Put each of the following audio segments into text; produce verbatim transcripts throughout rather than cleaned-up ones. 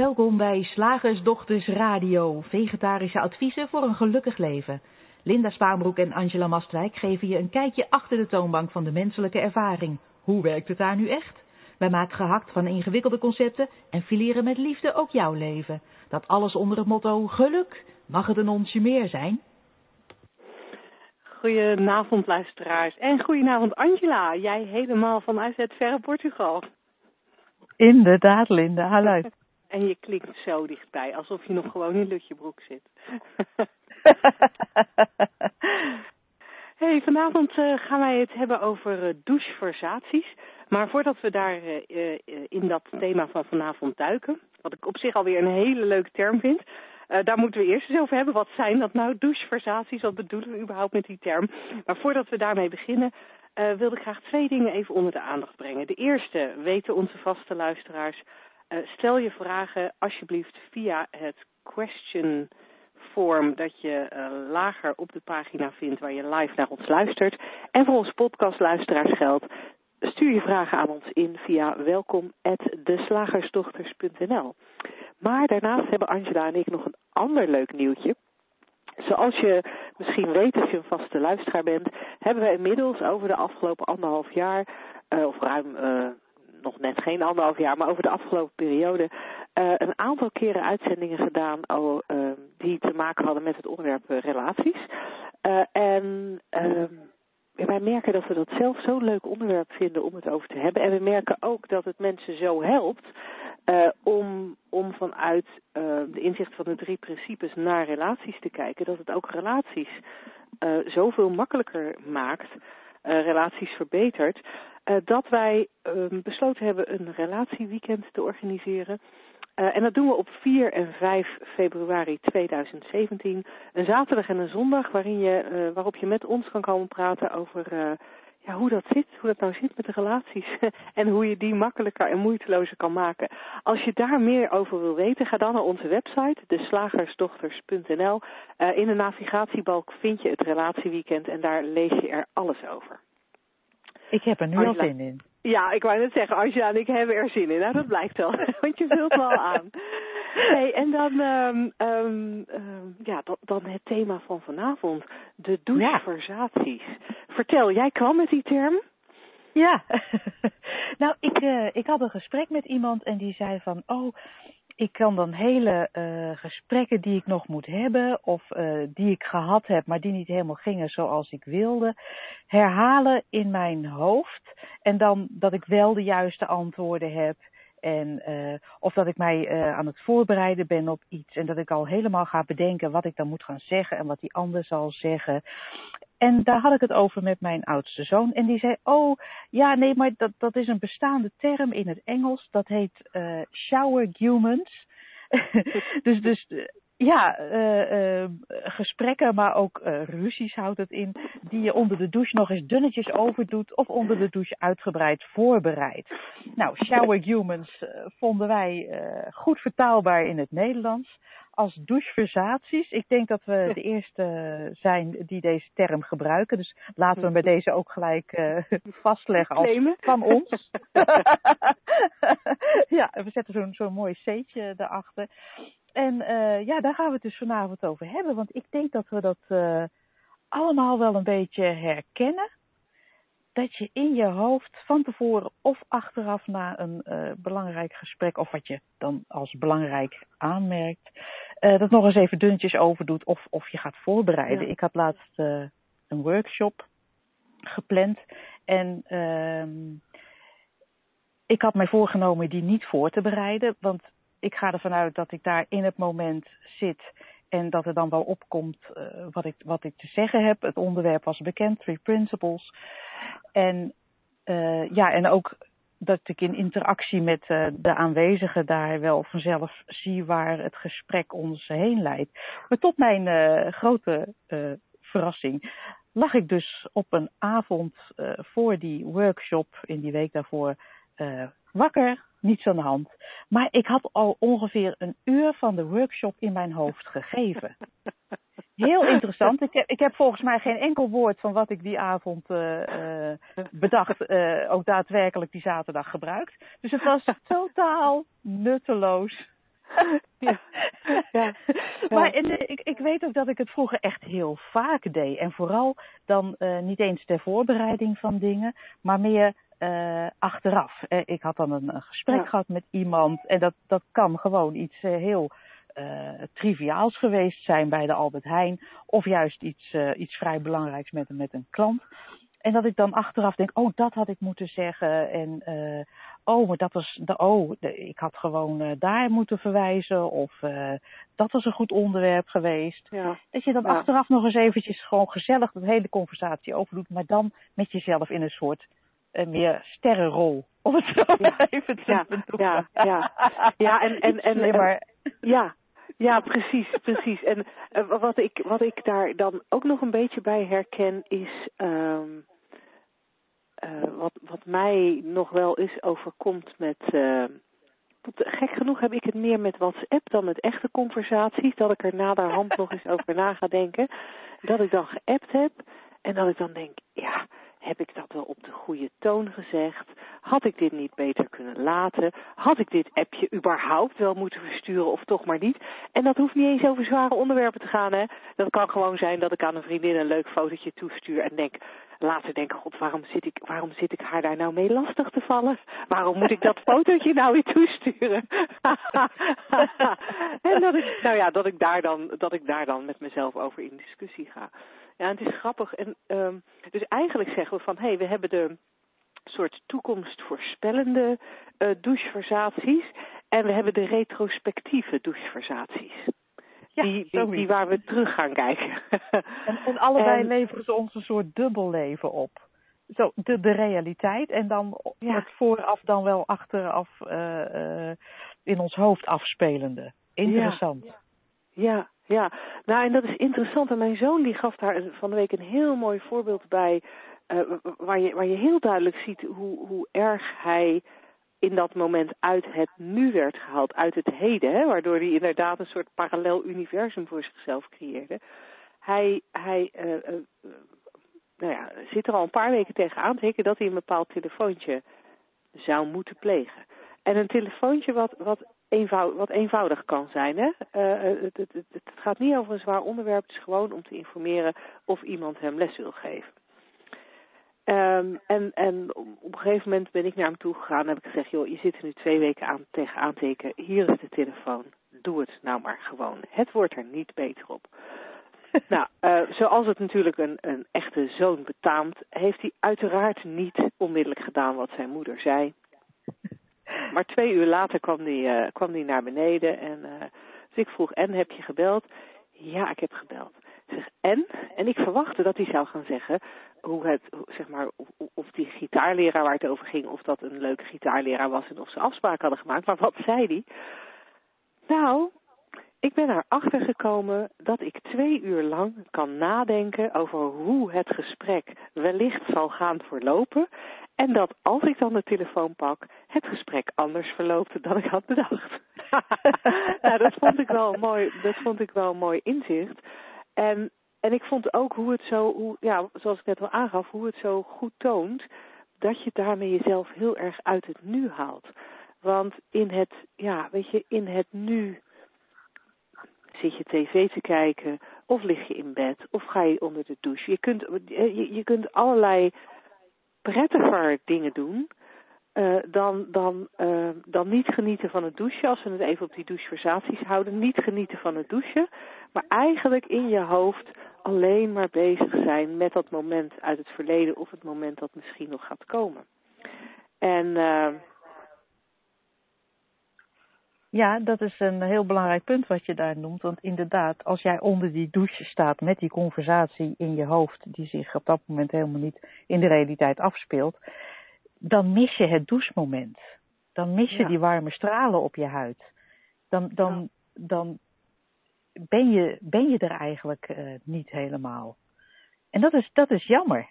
Welkom bij Slagersdochters Radio, vegetarische adviezen voor een gelukkig leven. Linda Spaanbroek en Angela Mastwijk geven je een kijkje achter de toonbank van de menselijke ervaring. Hoe werkt het daar nu echt? Wij maken gehakt van ingewikkelde concepten en fileren met liefde ook jouw leven. Dat alles onder het motto geluk. Mag het een onsje meer zijn? Goedenavond luisteraars en goedenavond Angela, jij helemaal vanuit het verre Portugal. Inderdaad Linda, hallo. En je klinkt zo dichtbij, alsof je nog gewoon in Lutjebroek zit. Hey, vanavond uh, gaan wij het hebben over uh, doucheversaties. Maar voordat we daar uh, uh, in dat thema van vanavond duiken, wat ik op zich alweer een hele leuke term vind, uh, daar moeten we eerst eens over hebben. Wat zijn dat nou, doucheversaties? Wat bedoelen we überhaupt met die term? Maar voordat we daarmee beginnen, uh, wilde ik graag twee dingen even onder de aandacht brengen. De eerste weten onze vaste luisteraars. Uh, stel je vragen alsjeblieft via het question form dat je uh, lager op de pagina vindt waar je live naar ons luistert. En voor onze podcastluisteraars geldt, stuur je vragen aan ons in via welkom at deslagersdochters punt n l. Maar daarnaast hebben Angela en ik nog een ander leuk nieuwtje. Zoals je misschien weet als je een vaste luisteraar bent, hebben we inmiddels over de afgelopen anderhalf jaar, uh, of ruim uh, nog net geen anderhalf jaar, maar over de afgelopen periode, uh, een aantal keren uitzendingen gedaan oh, uh, die te maken hadden met het onderwerp uh, relaties. Uh, en uh, wij merken dat we dat zelf zo'n leuk onderwerp vinden om het over te hebben. En we merken ook dat het mensen zo helpt uh, om, om vanuit uh, de inzicht van de drie principes naar relaties te kijken. Dat het ook relaties uh, zoveel makkelijker maakt, uh, relaties verbetert. Uh, dat wij uh, besloten hebben een relatieweekend te organiseren. Uh, en dat doen we op vier en vijf februari tweeduizend zeventien. Een zaterdag en een zondag waarin je, uh, waarop je met ons kan komen praten over uh, ja, hoe dat zit, hoe dat nou zit met de relaties. En hoe je die makkelijker en moeitelozer kan maken. Als je daar meer over wil weten, ga dan naar onze website, deslagersdochters punt n l. Uh, in de navigatiebalk vind je het relatieweekend en daar lees je er alles over. Ik heb er nu Angela, al zin in. Ja, ik wou net zeggen, Angela en ik hebben er zin in. Nou, dat blijkt wel, want je vult wel aan. Hey, en dan, um, um, um, ja, dan, dan het thema van vanavond, de doucheversaties. Ja. Vertel, jij kwam met die term? Ja, nou, ik, uh, ik had een gesprek met iemand en die zei van, oh, ik kan dan hele uh, gesprekken die ik nog moet hebben of uh, die ik gehad heb, maar die niet helemaal gingen zoals ik wilde, herhalen in mijn hoofd. En dan dat ik wel de juiste antwoorden heb. En uh, of dat ik mij uh, aan het voorbereiden ben op iets. En dat ik al helemaal ga bedenken wat ik dan moet gaan zeggen en wat die ander zal zeggen. En daar had ik het over met mijn oudste zoon. En die zei, oh, ja, nee, maar dat, dat is een bestaande term in het Engels. Dat heet uh, showerguments. dus, dus uh, ja, uh, uh, gesprekken, maar ook uh, ruzies houdt het in. Die je onder de douche nog eens dunnetjes overdoet of onder de douche uitgebreid voorbereidt. Nou, showerguments uh, vonden wij uh, goed vertaalbaar in het Nederlands. Als doucheversaties. Ik denk dat we de eerste zijn die deze term gebruiken. Dus laten we hem bij deze ook gelijk uh, vastleggen als van ons. Ja, we zetten zo'n zo'n mooi C'tje erachter. En uh, ja, daar gaan we het dus vanavond over hebben. Want ik denk dat we dat uh, allemaal wel een beetje herkennen. Dat je in je hoofd van tevoren of achteraf na een uh, belangrijk gesprek, of wat je dan als belangrijk aanmerkt, uh, dat nog eens even dunnetjes overdoet of, of je gaat voorbereiden. Ja. Ik had laatst uh, een workshop gepland en uh, ik had mij voorgenomen die niet voor te bereiden, want ik ga ervan uit dat ik daar in het moment zit en dat er dan wel opkomt uh, wat, ik, wat ik te zeggen heb. Het onderwerp was bekend, Three Principles. En uh, ja, en ook dat ik in interactie met uh, de aanwezigen daar wel vanzelf zie waar het gesprek ons heen leidt. Maar tot mijn uh, grote uh, verrassing lag ik dus op een avond uh, voor die workshop in die week daarvoor uh, wakker. Niets aan de hand. Maar ik had al ongeveer een uur van de workshop in mijn hoofd gegeven. Heel interessant. Ik heb, ik heb volgens mij geen enkel woord van wat ik die avond uh, uh, bedacht, uh, ook daadwerkelijk die zaterdag gebruikt. Dus het was totaal nutteloos. ja. Ja. Maar en, ik, ik weet ook dat ik het vroeger echt heel vaak deed. En vooral dan uh, niet eens ter voorbereiding van dingen, maar meer uh, achteraf. Uh, ik had dan een, een gesprek ja. gehad met iemand en dat, dat kan gewoon iets uh, heel uh, triviaals geweest zijn bij de Albert Heijn. Of juist iets, uh, iets vrij belangrijks met, met een klant. En dat ik dan achteraf denk, oh, dat had ik moeten zeggen. En uh, oh, maar dat was, de, oh, de, ik had gewoon uh, daar moeten verwijzen. Of uh, dat was een goed onderwerp geweest. Ja. Dat je dan ja. achteraf nog eens eventjes gewoon gezellig de hele conversatie overdoet. Maar dan met jezelf in een soort uh, meer sterrenrol. Om het zo ja. even te ja. doen. Ja, ja. Ja, en... en, en, en, en ja. Ja, precies, precies. En uh, wat, ik, wat ik daar dan ook nog een beetje bij herken is... Um, uh, wat, wat mij nog wel eens overkomt met... Uh, gek genoeg heb ik het meer met WhatsApp dan met echte conversaties. Dat ik er naderhand nog eens over na ga denken. Dat ik dan geappt heb en dat ik dan denk... ja. Heb ik dat wel op de goede toon gezegd? Had ik dit niet beter kunnen laten? Had ik dit appje überhaupt wel moeten versturen of toch maar niet? En dat hoeft niet eens over zware onderwerpen te gaan, hè? Dat kan gewoon zijn dat ik aan een vriendin een leuk fotootje toestuur en denk... later denk ik, god, waarom zit ik, waarom zit ik haar daar nou mee lastig te vallen? Waarom moet ik dat fotootje nou weer toesturen? En dat ik, nou ja, dat ik daar dan, dat ik daar dan met mezelf over in discussie ga. Ja, het is grappig. En, um, dus eigenlijk zeggen we van, hé, hey, we hebben de soort toekomstvoorspellende uh, doucheversaties en we hebben de retrospectieve doucheversaties. Ja, die, die, die waar we terug gaan kijken. En, en allebei en, leveren ze ons een soort dubbelleven op. Zo, de, de realiteit en dan ja. het vooraf dan wel achteraf uh, uh, in ons hoofd afspelende. Interessant. Ja, ja, ja. Nou, en dat is interessant. En mijn zoon die gaf daar van de week een heel mooi voorbeeld bij, uh, waar, je, waar je heel duidelijk ziet hoe, hoe erg hij in dat moment uit het nu werd gehaald, uit het heden, hè, waardoor hij inderdaad een soort parallel universum voor zichzelf creëerde. Hij, hij uh, uh, nou ja, zit er al een paar weken tegen aan te hikken dat hij een bepaald telefoontje zou moeten plegen. En een telefoontje wat, wat, eenvoudig, wat eenvoudig kan zijn. Hè? Uh, het, het, het, het gaat niet over een zwaar onderwerp, het is gewoon om te informeren of iemand hem les wil geven. Um, en, en op een gegeven moment ben ik naar hem toe gegaan en heb ik gezegd, joh, je zit er nu twee weken aan, tegen aan te hikken, hier is de telefoon, doe het nou maar gewoon. Het wordt er niet beter op. Nou, uh, zoals het natuurlijk een, een echte zoon betaamt, heeft hij uiteraard niet onmiddellijk gedaan wat zijn moeder zei. Maar twee uur later kwam hij, uh, kwam hij naar beneden en uh, dus ik vroeg, en heb je gebeld? Ja, ik heb gebeld. Ik zeg, en? En ik verwachtte dat hij zou gaan zeggen hoe het, zeg maar, of, of die gitaarleraar waar het over ging, of dat een leuke gitaarleraar was en of ze afspraken hadden gemaakt. Maar wat zei hij? Nou, ik ben erachter gekomen dat ik twee uur lang kan nadenken over hoe het gesprek wellicht zal gaan verlopen. En dat als ik dan de telefoon pak, het gesprek anders verloopt dan ik had bedacht. Nou, dat vond ik wel een mooi, dat vond ik wel een mooi inzicht. En, en ik vond ook hoe het zo, hoe, ja, zoals ik net al aangaf, hoe het zo goed toont dat je daarmee jezelf heel erg uit het nu haalt. Want in het, ja, weet je, in het nu zit je tv te kijken, of lig je in bed, of ga je onder de douche. Je kunt, je, je kunt allerlei prettiger dingen doen uh, dan, dan, uh, dan niet genieten van het douchen. Als we het even op die doucheversaties houden, niet genieten van het douchen, maar eigenlijk in je hoofd alleen maar bezig zijn met dat moment uit het verleden of het moment dat misschien nog gaat komen. En uh, ja, dat is een heel belangrijk punt wat je daar noemt. Want inderdaad, als jij onder die douche staat met die conversatie in je hoofd, die zich op dat moment helemaal niet in de realiteit afspeelt, dan mis je het douchemoment. Dan mis je ja. die warme stralen op je huid. Dan, dan, ja. dan ben, je, ben je er eigenlijk uh, niet helemaal. En dat is, dat is jammer.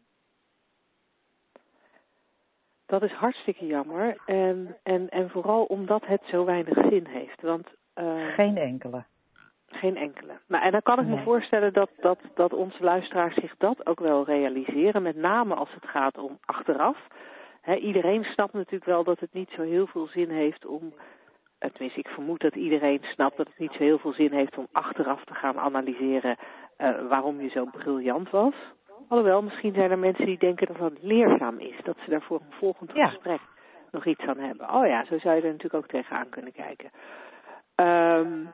Dat is hartstikke jammer. En, en, en vooral omdat het zo weinig zin heeft. Want, uh, geen enkele. Geen enkele. Nou, en dan kan ik nee. me voorstellen dat, dat, dat onze luisteraars zich dat ook wel realiseren. Met name als het gaat om achteraf. He, iedereen snapt natuurlijk wel dat het niet zo heel veel zin heeft om tenminste ik vermoed dat iedereen snapt dat het niet zo heel veel zin heeft om achteraf te gaan analyseren uh, waarom je zo briljant was. Alhoewel, misschien zijn er mensen die denken dat dat leerzaam is. Dat ze daar voor een volgend ja. gesprek nog iets aan hebben. Oh ja, zo zou je er natuurlijk ook tegenaan kunnen kijken. Um,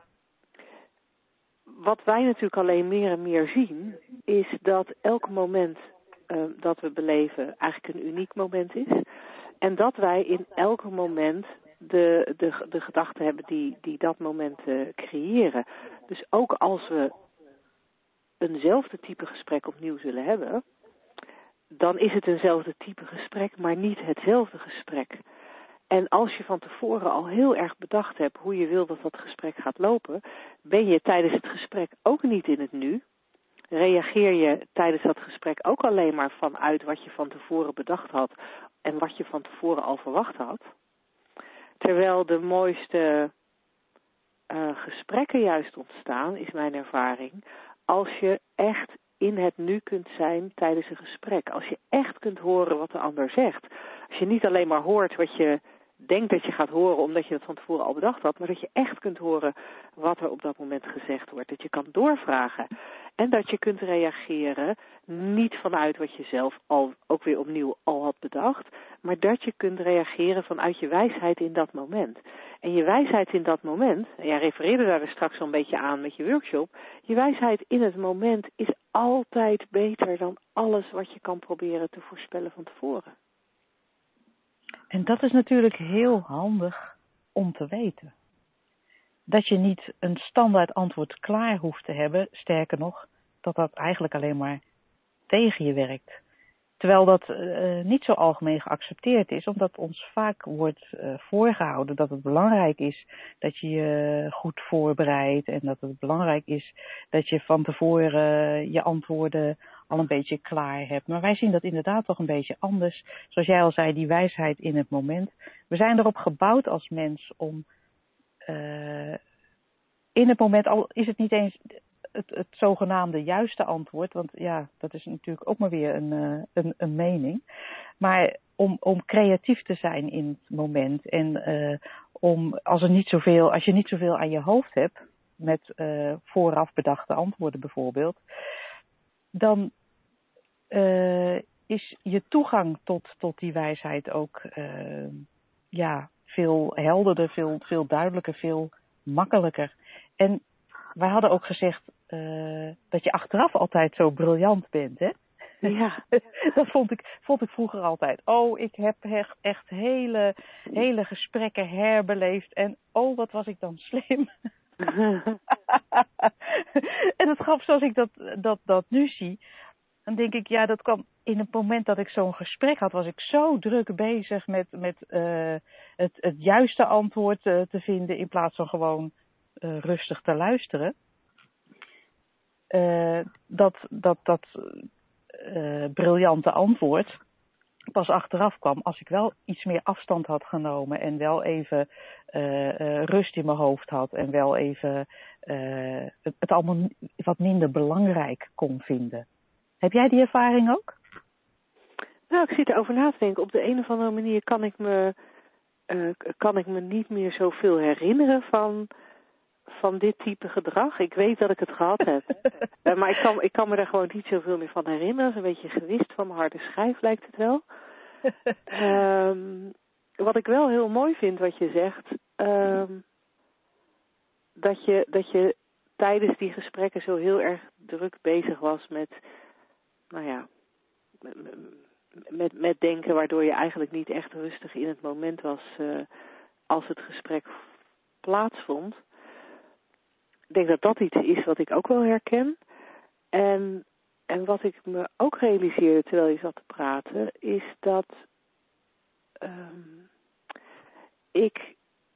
wat wij natuurlijk alleen meer en meer zien, is dat elk moment uh, dat we beleven eigenlijk een uniek moment is. En dat wij in elk moment de, de, de gedachten hebben die, die dat moment uh, creëren. Dus ook als we eenzelfde type gesprek opnieuw zullen hebben, dan is het eenzelfde type gesprek, maar niet hetzelfde gesprek. En als je van tevoren al heel erg bedacht hebt hoe je wil dat dat gesprek gaat lopen, ben je tijdens het gesprek ook niet in het nu. Reageer je tijdens dat gesprek ook alleen maar vanuit wat je van tevoren bedacht had en wat je van tevoren al verwacht had. Terwijl de mooiste uh, gesprekken juist ontstaan, is mijn ervaring, als je echt in het nu kunt zijn tijdens een gesprek. Als je echt kunt horen wat de ander zegt. Als je niet alleen maar hoort wat je denkt dat je gaat horen omdat je het van tevoren al bedacht had, maar dat je echt kunt horen wat er op dat moment gezegd wordt. Dat je kan doorvragen en dat je kunt reageren niet vanuit wat je zelf al ook weer opnieuw al had bedacht, maar dat je kunt reageren vanuit je wijsheid in dat moment. En je wijsheid in dat moment, en jij refereerde daar dus straks al een beetje aan met je workshop, je wijsheid in het moment is altijd beter dan alles wat je kan proberen te voorspellen van tevoren. En dat is natuurlijk heel handig om te weten. Dat je niet een standaard antwoord klaar hoeft te hebben, sterker nog, dat dat eigenlijk alleen maar tegen je werkt. Terwijl dat uh, niet zo algemeen geaccepteerd is, omdat ons vaak wordt uh, voorgehouden dat het belangrijk is dat je je goed voorbereidt en dat het belangrijk is dat je van tevoren uh, je antwoorden al een beetje klaar hebt. Maar wij zien dat inderdaad toch een beetje anders. Zoals jij al zei, die wijsheid in het moment. We zijn erop gebouwd als mens om uh, in het moment, al is het niet eens Het, het zogenaamde juiste antwoord, want ja, dat is natuurlijk ook maar weer een, uh, een, een mening. Maar om, om creatief te zijn in het moment en uh, om als, er niet zoveel, als je niet zoveel aan je hoofd hebt, met uh, vooraf bedachte antwoorden bijvoorbeeld, dan uh, is je toegang tot, tot die wijsheid ook uh, ja, veel helderder, veel, veel duidelijker, veel makkelijker. En wij hadden ook gezegd uh, dat je achteraf altijd zo briljant bent, hè? Ja. Dat vond ik, vond ik vroeger altijd. Oh, ik heb echt, echt hele, hele gesprekken herbeleefd. En oh, wat was ik dan slim. En het grap, zoals ik dat, dat, dat nu zie, dan denk ik, ja, dat kwam in het moment dat ik zo'n gesprek had, was ik zo druk bezig met, met uh, het, het juiste antwoord uh, te vinden in plaats van gewoon Uh, rustig te luisteren, uh, dat dat, dat uh, briljante antwoord pas achteraf kwam als ik wel iets meer afstand had genomen en wel even uh, uh, rust in mijn hoofd had en wel even uh, het, het allemaal wat minder belangrijk kon vinden. Heb jij die ervaring ook? Nou, ik zit erover na te denken. Op de een of andere manier kan ik me, uh, kan ik me niet meer zoveel herinneren van van dit type gedrag. Ik weet dat ik het gehad heb. uh, maar ik kan, ik kan me daar gewoon niet zoveel meer van herinneren. Het is een beetje gewist van mijn harde schijf, lijkt het wel. um, wat ik wel heel mooi vind wat je zegt, um, dat je, dat je tijdens die gesprekken zo heel erg druk bezig was met, nou ja, met, met denken, waardoor je eigenlijk niet echt rustig in het moment was uh, als het gesprek plaatsvond. Ik denk dat dat iets is wat ik ook wel herken. En, en wat ik me ook realiseerde terwijl je zat te praten, is dat um, ik,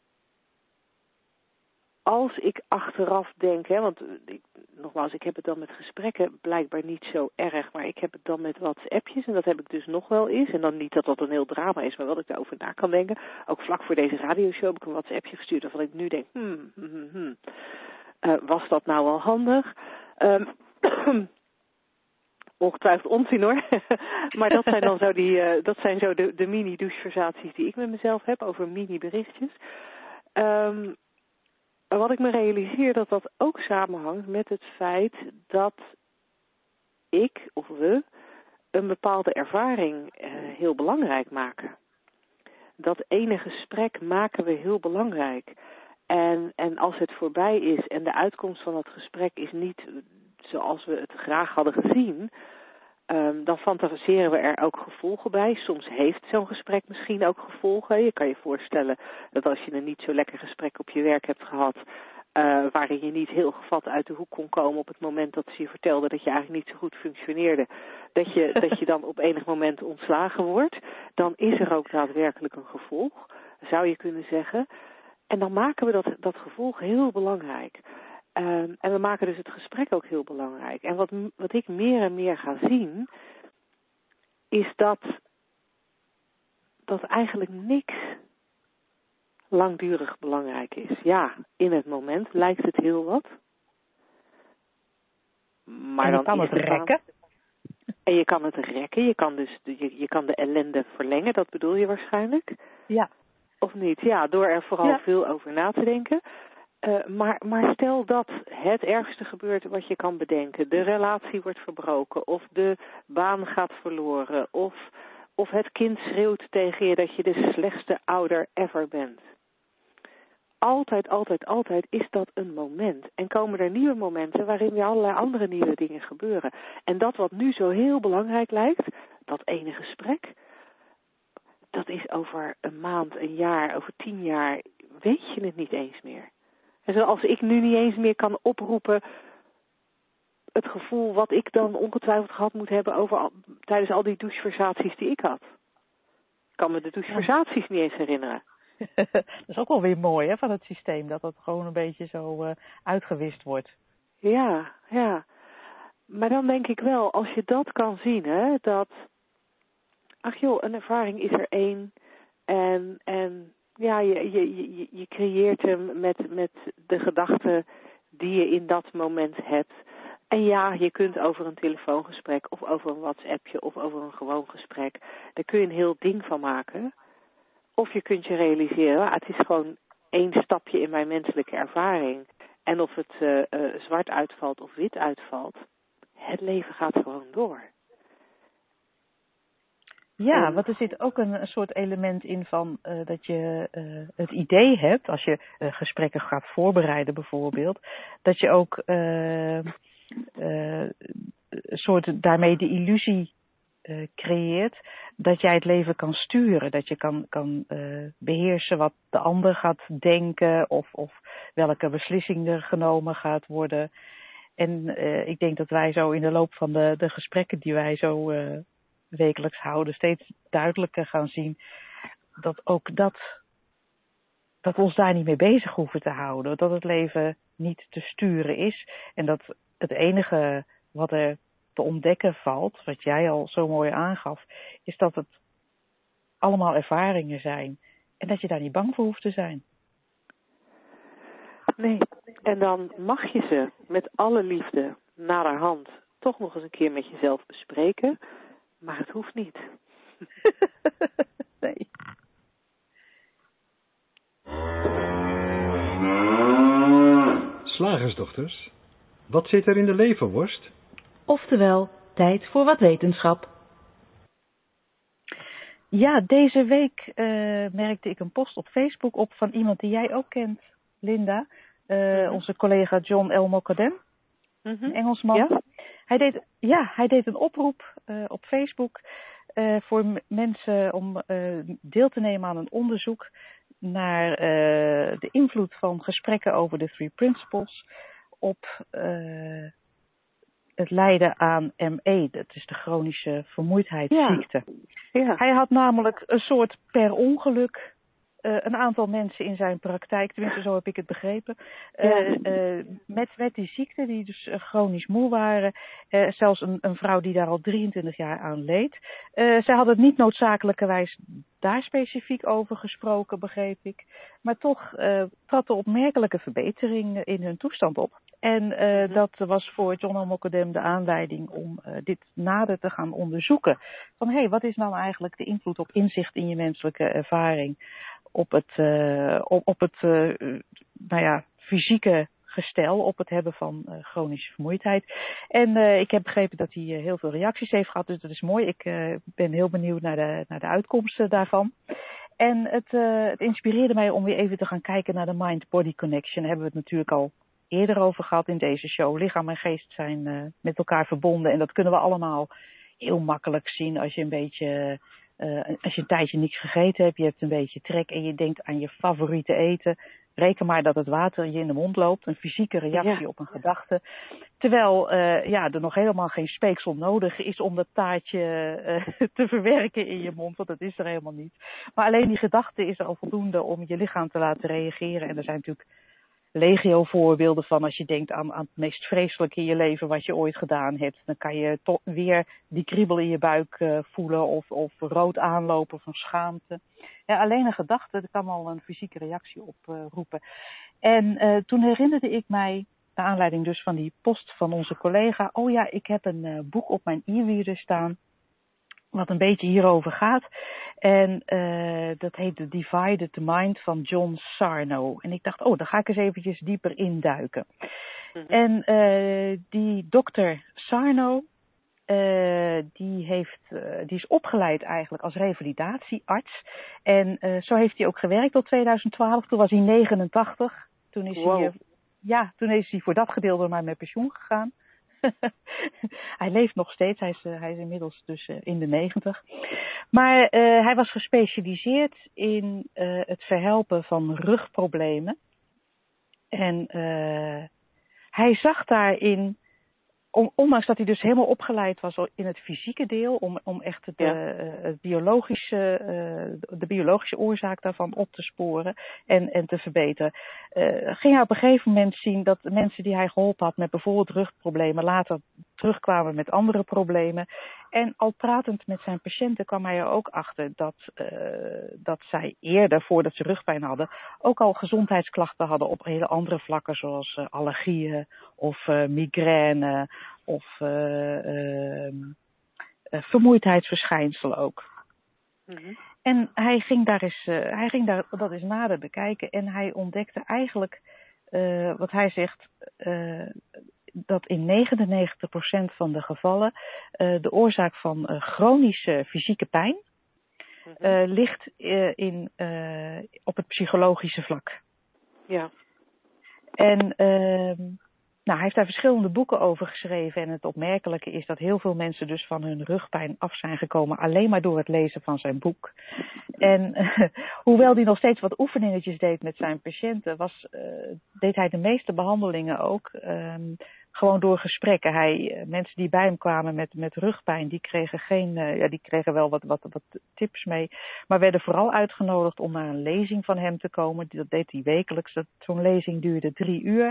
als ik achteraf denk, hè, want ik, nogmaals, ik heb het dan met gesprekken blijkbaar niet zo erg, maar ik heb het dan met WhatsAppjes en dat heb ik dus nog wel eens. En dan niet dat dat een heel drama is, maar wat ik daarover na kan denken. Ook vlak voor deze radioshow heb ik een WhatsAppje gestuurd waarvan ik nu denk, hmm, hmm, hmm. Uh, was dat nou wel handig? Um, ongetwijfeld onzin hoor. Maar dat zijn dan zo, die, uh, dat zijn zo de, de mini-doucheversaties die ik met mezelf heb over mini-berichtjes. Um, wat ik me realiseer dat dat ook samenhangt met het feit dat ik of we een bepaalde ervaring uh, heel belangrijk maken. Dat ene gesprek maken we heel belangrijk. En, en als het voorbij is en de uitkomst van het gesprek is niet zoals we het graag hadden gezien, um, dan fantaseren we er ook gevolgen bij. Soms heeft zo'n gesprek misschien ook gevolgen. Je kan je voorstellen dat als je een niet zo lekker gesprek op je werk hebt gehad, Uh, waarin je niet heel gevat uit de hoek kon komen op het moment dat ze je vertelde dat je eigenlijk niet zo goed functioneerde, dat je, dat je dan op enig moment ontslagen wordt, dan is er ook daadwerkelijk een gevolg, zou je kunnen zeggen. En dan maken we dat, dat gevolg heel belangrijk. Uh, en we maken dus het gesprek ook heel belangrijk. En wat, wat ik meer en meer ga zien, is dat, dat eigenlijk niks langdurig belangrijk is. Ja, in het moment lijkt het heel wat. Maar en je dan kan het rekken. En je kan het rekken. Je kan dus je, je kan de ellende verlengen, dat bedoel je waarschijnlijk. Ja. Of niet? Ja, door er vooral ja. veel over na te denken. Uh, maar, maar stel dat het ergste gebeurt wat je kan bedenken. De relatie wordt verbroken. Of de baan gaat verloren. Of, of het kind schreeuwt tegen je dat je de slechtste ouder ever bent. Altijd, altijd, altijd is dat een moment. En komen er nieuwe momenten waarin weer allerlei andere nieuwe dingen gebeuren. En dat wat nu zo heel belangrijk lijkt, dat ene gesprek, dat is over een maand, een jaar, over tien jaar, weet je het niet eens meer. En zoals ik nu niet eens meer kan oproepen het gevoel wat ik dan ongetwijfeld gehad moet hebben over al, tijdens al die doucheversaties die ik had. Ik kan me de doucheversaties niet eens herinneren. Dat is ook wel weer mooi, hè, van het systeem, dat dat gewoon een beetje zo uh, uitgewist wordt. Ja, ja. Maar dan denk ik wel, als je dat kan zien, hè, dat, ach joh, een ervaring is er één. En, en ja, je, je, je, je creëert hem met, met de gedachten die je in dat moment hebt. En ja, je kunt over een telefoongesprek of over een WhatsAppje of over een gewoon gesprek, daar kun je een heel ding van maken. Of je kunt je realiseren, ah, het is gewoon één stapje in mijn menselijke ervaring. En of het uh, uh, zwart uitvalt of wit uitvalt, het leven gaat gewoon door. Ja, en want er zit ook een, een soort element in van uh, dat je uh, het idee hebt, als je uh, gesprekken gaat voorbereiden bijvoorbeeld, dat je ook uh, uh, een soort daarmee de illusie uh, creëert dat jij het leven kan sturen, dat je kan, kan uh, beheersen wat de ander gaat denken of, of welke beslissing er genomen gaat worden. En uh, ik denk dat wij zo in de loop van de, de gesprekken die wij zo uh, wekelijks houden steeds duidelijker gaan zien dat ook dat, dat we ons daar niet mee bezig hoeven te houden. Dat het leven niet te sturen is en dat het enige wat er te ontdekken valt, wat jij al zo mooi aangaf, is dat het allemaal ervaringen zijn en dat je daar niet bang voor hoeft te zijn. Nee, en dan mag je ze met alle liefde naderhand toch nog eens een keer met jezelf bespreken, maar het hoeft niet. Nee. Slagersdochters, wat zit er in de leverworst? Oftewel, tijd voor wat wetenschap. Ja, deze week uh, merkte ik een post op Facebook op van iemand die jij ook kent, Linda. Uh, mm-hmm. Onze collega John El Mokadem, mm-hmm. een Engelsman. Ja? Hij deed, ja, hij deed een oproep uh, op Facebook uh, voor m- mensen om uh, deel te nemen aan een onderzoek naar uh, de invloed van gesprekken over de Three Principles op uh, het lijden aan M E, dat is de chronische vermoeidheidsziekte. Ja. Ja. Hij had namelijk een soort per ongeluk uh, een aantal mensen in zijn praktijk, tenminste zo heb ik het begrepen, uh, uh, met, met die ziekte die dus uh, chronisch moe waren. Uh, zelfs een, een vrouw die daar al drieëntwintig jaar aan leed. Uh, zij had het niet noodzakelijkerwijs daar specifiek over gesproken, begreep ik. Maar toch uh, trad er opmerkelijke verbetering in hun toestand op. En uh, mm-hmm. dat was voor John El Mokadem de aanleiding om uh, dit nader te gaan onderzoeken. Van hé, hey, wat is nou eigenlijk de invloed op inzicht in je menselijke ervaring op het, uh, op, op het uh, nou ja, fysieke gestel, op het hebben van uh, chronische vermoeidheid. En uh, ik heb begrepen dat hij uh, heel veel reacties heeft gehad, dus dat is mooi. Ik uh, ben heel benieuwd naar de, naar de uitkomsten daarvan. En het, uh, het inspireerde mij om weer even te gaan kijken naar de mind-body connection. Daar hebben we het natuurlijk al eerder over gehad in deze show. Lichaam en geest zijn uh, met elkaar verbonden en dat kunnen we allemaal heel makkelijk zien als je een beetje, uh, als je een tijdje niks gegeten hebt, je hebt een beetje trek en je denkt aan je favoriete eten. Reken maar dat het water je in de mond loopt, een fysieke reactie ja. op een gedachte. Terwijl uh, ja, er nog helemaal geen speeksel nodig is om dat taartje uh, te verwerken in je mond, want dat is er helemaal niet. Maar alleen die gedachte is er al voldoende om je lichaam te laten reageren. En er zijn natuurlijk legio voorbeelden van als je denkt aan, aan het meest vreselijke in je leven wat je ooit gedaan hebt. Dan kan je toch weer die kriebel in je buik uh, voelen of, of rood aanlopen van schaamte. Ja, alleen een gedachte dat kan al een fysieke reactie oproepen. Uh, en uh, toen herinnerde ik mij, naar aanleiding dus van die post van onze collega, oh ja, ik heb een uh, boek op mijn e-reader staan wat een beetje hierover gaat. En uh, dat heet The Divided Mind van John Sarno. En ik dacht, oh, daar ga ik eens eventjes dieper induiken. Mm-hmm. En uh, die dokter Sarno, uh, die, heeft, uh, die is opgeleid eigenlijk als revalidatiearts. En uh, zo heeft hij ook gewerkt tot tweeduizend twaalf. Toen was hij negenentachtig. Toen is, wow. hij, uh, ja, toen is hij voor dat gedeelte maar met pensioen gegaan. Hij leeft nog steeds, hij is, uh, hij is inmiddels dus uh, in de negentig. Maar uh, hij was gespecialiseerd in uh, het verhelpen van rugproblemen. En uh, hij zag daarin, on, ondanks dat hij dus helemaal opgeleid was in het fysieke deel, om, om echt de, ja. uh, het biologische, uh, de biologische oorzaak daarvan op te sporen en, en te verbeteren, uh, ging hij op een gegeven moment zien dat de mensen die hij geholpen had met bijvoorbeeld rugproblemen later terugkwamen met andere problemen. En al pratend met zijn patiënten kwam hij er ook achter dat, uh, dat zij eerder, voordat ze rugpijn hadden, ook al gezondheidsklachten hadden op hele andere vlakken, zoals uh, allergieën of uh, migraine of uh, uh, uh, vermoeidheidsverschijnselen ook. Mm-hmm. En hij ging daar eens, uh, hij ging daar dat eens nader bekijken en hij ontdekte eigenlijk, uh, wat hij zegt, uh, dat in negenennegentig procent van de gevallen uh, de oorzaak van uh, chronische fysieke pijn uh, ligt uh, in, uh, op het psychologische vlak. Ja. En uh, nou, hij heeft daar verschillende boeken over geschreven en het opmerkelijke is dat heel veel mensen dus van hun rugpijn af zijn gekomen alleen maar door het lezen van zijn boek. En uh, hoewel hij nog steeds wat oefeningetjes deed met zijn patiënten, was, uh, deed hij de meeste behandelingen ook um, gewoon door gesprekken. Hij, uh, mensen die bij hem kwamen met, met rugpijn, die kregen geen, uh, ja, die kregen wel wat, wat, wat tips mee, maar werden vooral uitgenodigd om naar een lezing van hem te komen. Dat deed hij wekelijks. Dat, zo'n lezing duurde drie uur.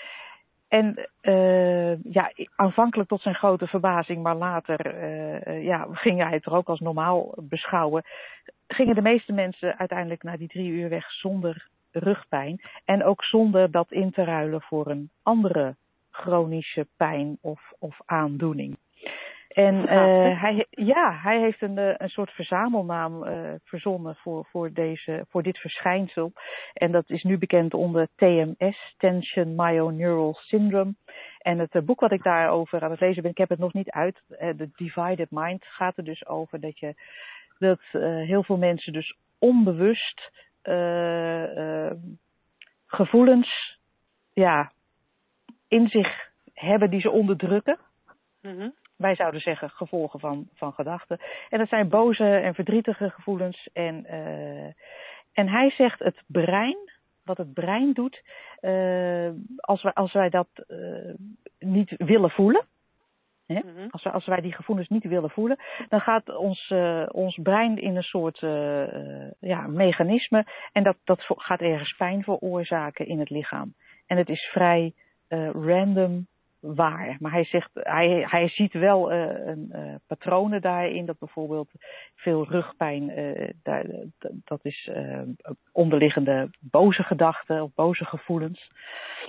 En uh, ja, aanvankelijk tot zijn grote verbazing, maar later uh, ja, ging hij het er ook als normaal beschouwen, gingen de meeste mensen uiteindelijk na die drie uur weg zonder rugpijn. En ook zonder dat in te ruilen voor een andere chronische pijn of, of aandoening. En uh, hij, ja, hij heeft een, een soort verzamelnaam uh, verzonnen voor, voor, deze, voor dit verschijnsel. En dat is nu bekend onder T M S, Tension Myoneural Syndrome. En het uh, boek wat ik daarover aan het lezen ben, ik heb het nog niet uit. Uh, The Divided Mind gaat er dus over dat, je, dat uh, heel veel mensen dus onbewust uh, uh, gevoelens ja, in zich hebben die ze onderdrukken. Mm-hmm. Wij zouden zeggen gevolgen van, van gedachten. En dat zijn boze en verdrietige gevoelens. En, uh, en hij zegt het brein, wat het brein doet, uh, als, wij, als wij dat uh, niet willen voelen. Hè? Mm-hmm. Als, wij, als wij die gevoelens niet willen voelen, dan gaat ons, uh, ons brein in een soort uh, uh, ja, mechanisme. En dat, dat gaat ergens pijn veroorzaken in het lichaam. En het is vrij uh, random waar. Maar hij zegt, hij, hij ziet wel uh, een, uh, patronen daarin, dat bijvoorbeeld veel rugpijn, uh, daar, dat is uh, onderliggende boze gedachten of boze gevoelens.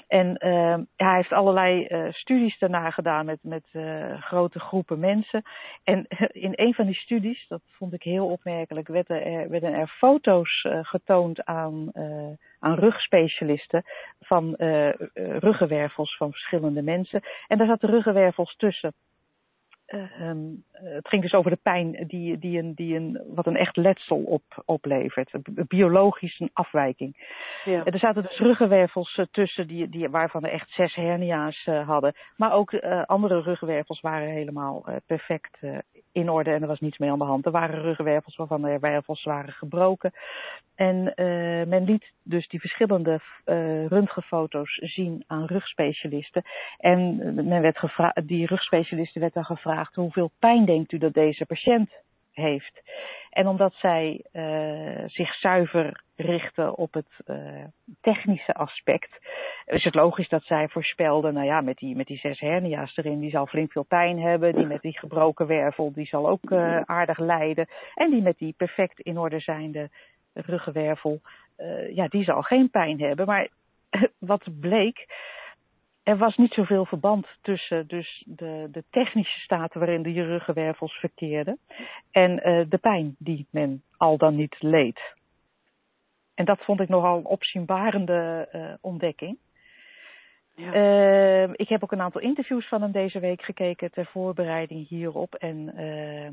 En uh, hij heeft allerlei uh, studies daarna gedaan met, met uh, grote groepen mensen. En uh, in een van die studies, dat vond ik heel opmerkelijk, werden er, werden er foto's uh, getoond aan, uh, aan rugspecialisten van uh, uh, ruggenwervels van verschillende mensen. En daar zaten ruggenwervels tussen. Uh, um, uh, het ging dus over de pijn die, die, een, die een, wat een echt letsel op, oplevert. Biologisch een afwijking. Ja. Uh, er zaten dus ruggenwervels uh, tussen die, die, waarvan er echt zes hernia's uh, hadden. Maar ook uh, andere ruggenwervels waren helemaal uh, perfect uh, in orde en er was niets mee aan de hand. Er waren ruggenwervels waarvan er wervels waren gebroken. En uh, men liet dus die verschillende uh, röntgenfoto's zien aan rugspecialisten. En men werd gevra- die rugspecialisten werd dan gevraagd: hoeveel pijn denkt u dat deze patiënt heeft? En omdat zij uh, zich zuiver richten op het uh, technische aspect, is het logisch dat zij voorspelden, nou ja, met die, met die zes hernia's erin, die zal flink veel pijn hebben. Die met die gebroken wervel, die zal ook uh, aardig lijden. En die met die perfect in orde zijnde ruggenwervel, uh, ja, die zal geen pijn hebben. Maar wat bleek, er was niet zoveel verband tussen dus de, de technische staten waarin de ruggenwervels verkeerden en uh, de pijn die men al dan niet leed. En dat vond ik nogal een opzienbarende uh, ontdekking. Ja. Uh, ik heb ook een aantal interviews van hem deze week gekeken ter voorbereiding hierop. En uh,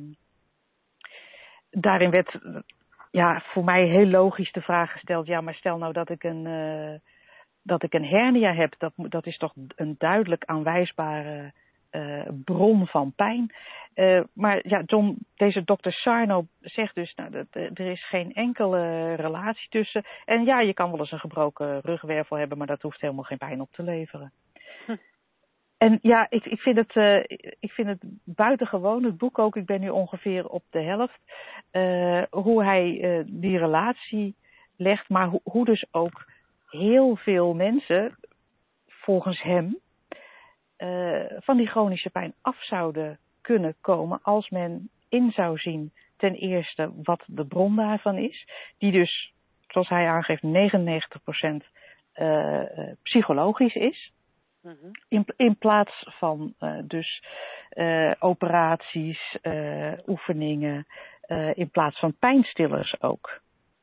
daarin werd ja, voor mij heel logisch de vraag gesteld: ja, maar stel nou dat ik een, uh, dat ik een hernia heb, dat, dat is toch een duidelijk aanwijsbare uh, bron van pijn. Uh, maar ja, John, deze dokter Sarno zegt dus, nou, dat, er is geen enkele relatie tussen. En ja, je kan wel eens een gebroken rugwervel hebben, maar dat hoeft helemaal geen pijn op te leveren. Hm. En ja, ik, ik, vind het, uh, ik vind het buitengewoon, het boek ook, ik ben nu ongeveer op de helft, uh, hoe hij uh, die relatie legt, maar ho- hoe dus ook heel veel mensen, volgens hem, uh, van die chronische pijn af zouden kunnen komen als men in zou zien ten eerste wat de bron daarvan is, die dus, zoals hij aangeeft, negenennegentig procent uh, uh, psychologisch is. Mm-hmm. In, in plaats van uh, dus uh, operaties, uh, oefeningen, uh, in plaats van pijnstillers ook.